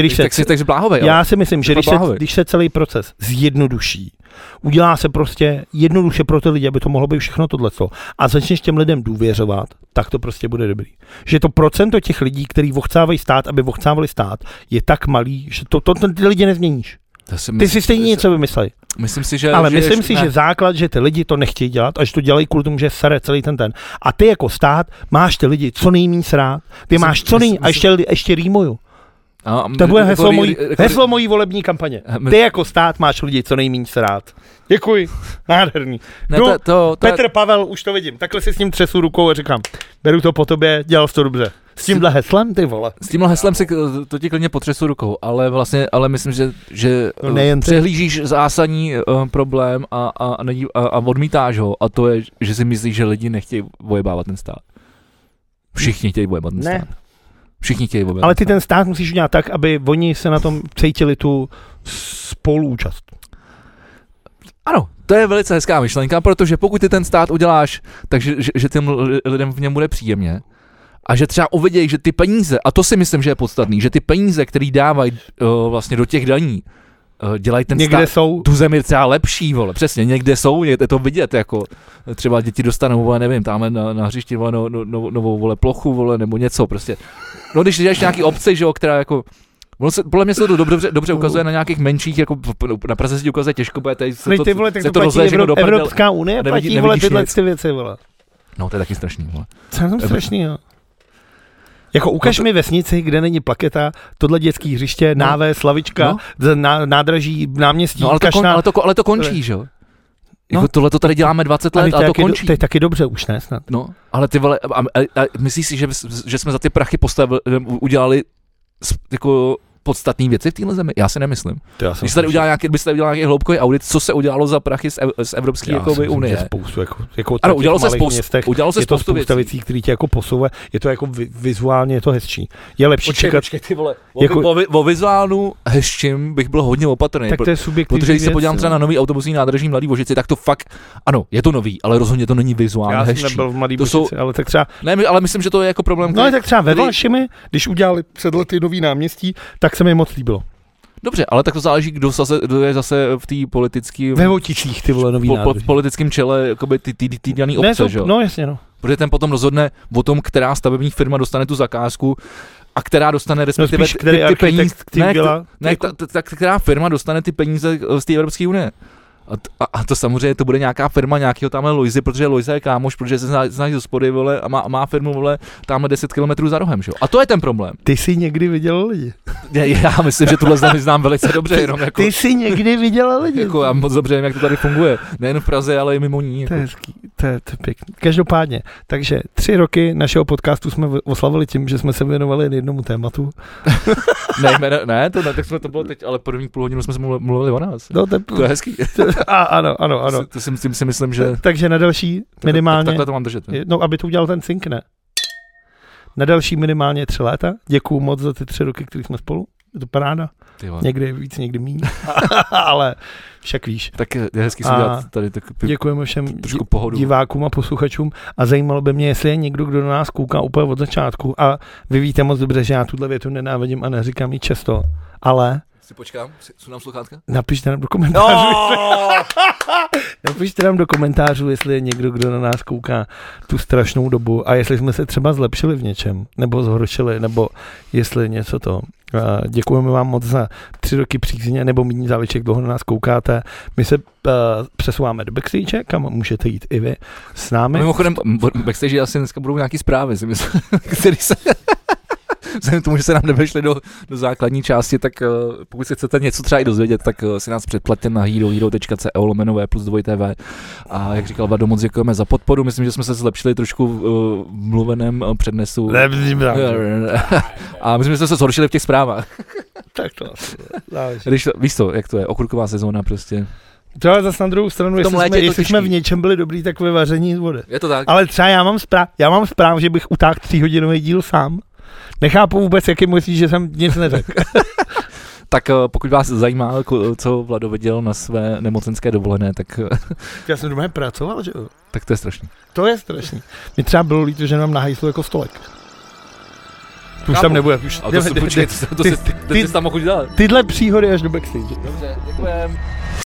když se celý proces zjednoduší, udělá se prostě jednoduše pro ty lidi, aby to mohlo být všechno tohleto. A začneš těm lidem důvěřovat, tak to prostě bude dobrý. Že to procento těch lidí, kteří ochcávají stát, aby ochcávali stát, je tak malý, že to ty lidi nezměníš. Ty si stejně něco vymyslej. Myslím si, že že základ, že ty lidi to nechtějí dělat a že to dělají kvůli tomu, že sere celý ten. A ty jako stát máš ty lidi co nejméně srát. Ty máš co nejméně a ještě rýmuju. To bude heslo mojí volební kampaně. Ty jako stát máš lidi co nejméně srát. Děkuji. Nádherný. Petr Pavel, už to vidím. Takhle si s ním třesu rukou a říkám, beru to po tobě, dělal jsi to dobře. S tímhle heslem, ty vole. S tímhle heslem si to ti klidně potřesu rukou, ale myslím, že přehlížíš zásadní problém a odmítáš ho, a to je, že si myslíš, že lidi nechtějí vojebávat ten stát. Všichni chtějí vojebávat ten stát. Všichni chtějí vojebávat. Ale ty ten stát musíš udělat tak, aby oni se na tom cítili tu spoluúčast. Ano, to je velice hezká myšlenka, protože pokud ty ten stát uděláš, takže že těm lidem v něm bude příjemně, a že třeba uvidějí, že ty peníze, a to si myslím, že je podstatný, že ty peníze, které dávají vlastně do těch daní, dělají ten někde stát, tu zemi třeba lepší, vole, přesně, někde jsou, je to vidět, jako třeba děti dostanou, vole, nevím, tam na hřišti, vole, novou, vole, plochu, vole, nebo něco, prostě. No, když jdeš nějaký obce, že jo, která jako, podle mě se to dobře ukazuje na nějakých menších, jako na Praze se ukazuje těžko, protože tady se to rozleženo do prdele. Evropská unie platí, vole, tyhle věci, vole. No, to je taky strašný, vole. Co je tam strašný, jo? Jako ukaž mi vesnici, kde není plaketa, tohle dětský hřiště, náves, lavička, nádraží, náměstí, Kašna. Ale to končí, že jo? Jako tohle to tady děláme 20 let a to končí. To je taky dobře už, ne snad. No, ale ty vole, a myslíš si, že jsme za ty prachy udělali jako podstatné věci v téhle zemi? Já si nemyslím. Když se tady byste udělal nějaký hloubkový audit, co se udělalo za prachy z Evropské jakoby unie? Spoustu, jako ano, udělalo se spoustu věcí, které tě jako posouvá. Je to jako vizuálně je to hezčí. Je lepší čekat. Ty vole. O vizuálnu hezčím bych byl hodně opatrný. Tak to je subjektivní. Protože když se podívám třeba na nový autobusní nádraží Mladý Vožici, tak to fakt, ano, je to nový, ale rozhodně to není vizuálně hezčí. Já jsem nebyl v Mladý Vožici, ale tak třeba... Ne, ale myslím, že to je jako problém. No, tak třeba ve Valšimi, když udělali před lety nový náměstí, tak se mi moc líbilo. Dobře, ale tak to záleží, kdo je zase v té politické... Ve Voticích, ty vole, nový nádraží. V politickém čele, jakoby ty daný obce, že jo? No, jasně, no. Protože ten potom rozhodne o tom, která stavební firma dostane tu zakázku a která dostane respektive ty peníze. Která firma dostane ty peníze z té Evropské unie. A to samozřejmě to bude nějaká firma nějakého tamhle Loisy, protože Loisa je kámoš, protože se znáš z hospody, vole, a má firmu, vole, tamhle 10 kilometrů za rohem, že jo? A to je ten problém. Ty jsi někdy viděl lidi? Já myslím, že tuhle zemi znám velice dobře, jenom jako... Ty jsi někdy viděl lidi? Jako, já moc dobře vím, jak to tady funguje. Nejen v Praze, ale i mimo ní. Jako. To je hezký, to je pěkný. Každopádně, takže 3 roky našeho podcastu jsme oslavili tím, že jsme se věnovali jen jednomu tématu. Tak jsme to bylo teď, ale první půl hodinu jsme se mluvili o nás. No, to je hezký. Ano. To si myslím, že... Takže na další minimálně... Takhle to mám držet. No, aby to udělal ten sync, ne? Na další minimálně 3 léta. Děkuju moc za ty 3 roky, které jsme spolu. Je to paráda. Někdy víc, někdy míň. Ale však víš. Tak je hezký si udělat tady děkujeme všem pohodu. Divákům a posluchačům a zajímalo by mě, jestli je někdo, kdo na nás kouká úplně od začátku a vy víte moc dobře, že já tuhle větu nenávidím a neříkám ji často, ale... Si počkám, jsou nám sluchátka? Napište nám do komentářů. Napište nám do komentářů, jestli je někdo, kdo na nás kouká tu strašnou dobu a jestli jsme se třeba zlepšili v něčem, nebo zhoršili, nebo jestli něco to. Děkujeme vám moc za 3 roky přízně, nebo méně záleží, jak dlouho na nás koukáte. My se přesouváme do backstage, kam můžete jít i vy s námi. A mimochodem, backstage asi dneska budou nějaký zprávy, si myslím, který se... Vzhledem tomu, že se nám nevešli do základní části, tak pokud se chcete něco třeba i dozvědět, tak si nás předplaťte na herohero.co/+2tv. A jak říkal Vlado, moc děkujeme za podporu. Myslím, že jsme se zlepšili trošku v mluveném přednesu. A myslím, že jsme se zhoršili v těch zprávách. Tak to asi záleží. Víš to, jak to je, okurková sezóna prostě. To ale zase na druhou stranu, jestli jsme v něčem byli dobrý, tak ve vaření z vody. Je to tak. Ale třeba já mám zpráv, že bych utáhl 3hodinový díl sám. Nechápu vůbec, jak je myslíš, že jsem nic neřekl. Tak pokud vás zajímá, co Vlado viděl na své nemocenské dovolené, tak... Já jsem doma pracoval, že jo? Tak to je strašný. To je strašný. Mě třeba bylo líto, že nám na hajslu jako stolek. Tu už tam nebude. To si tam mohl dělat. Tyhle příhody až do backstage. Dobře, děkujem.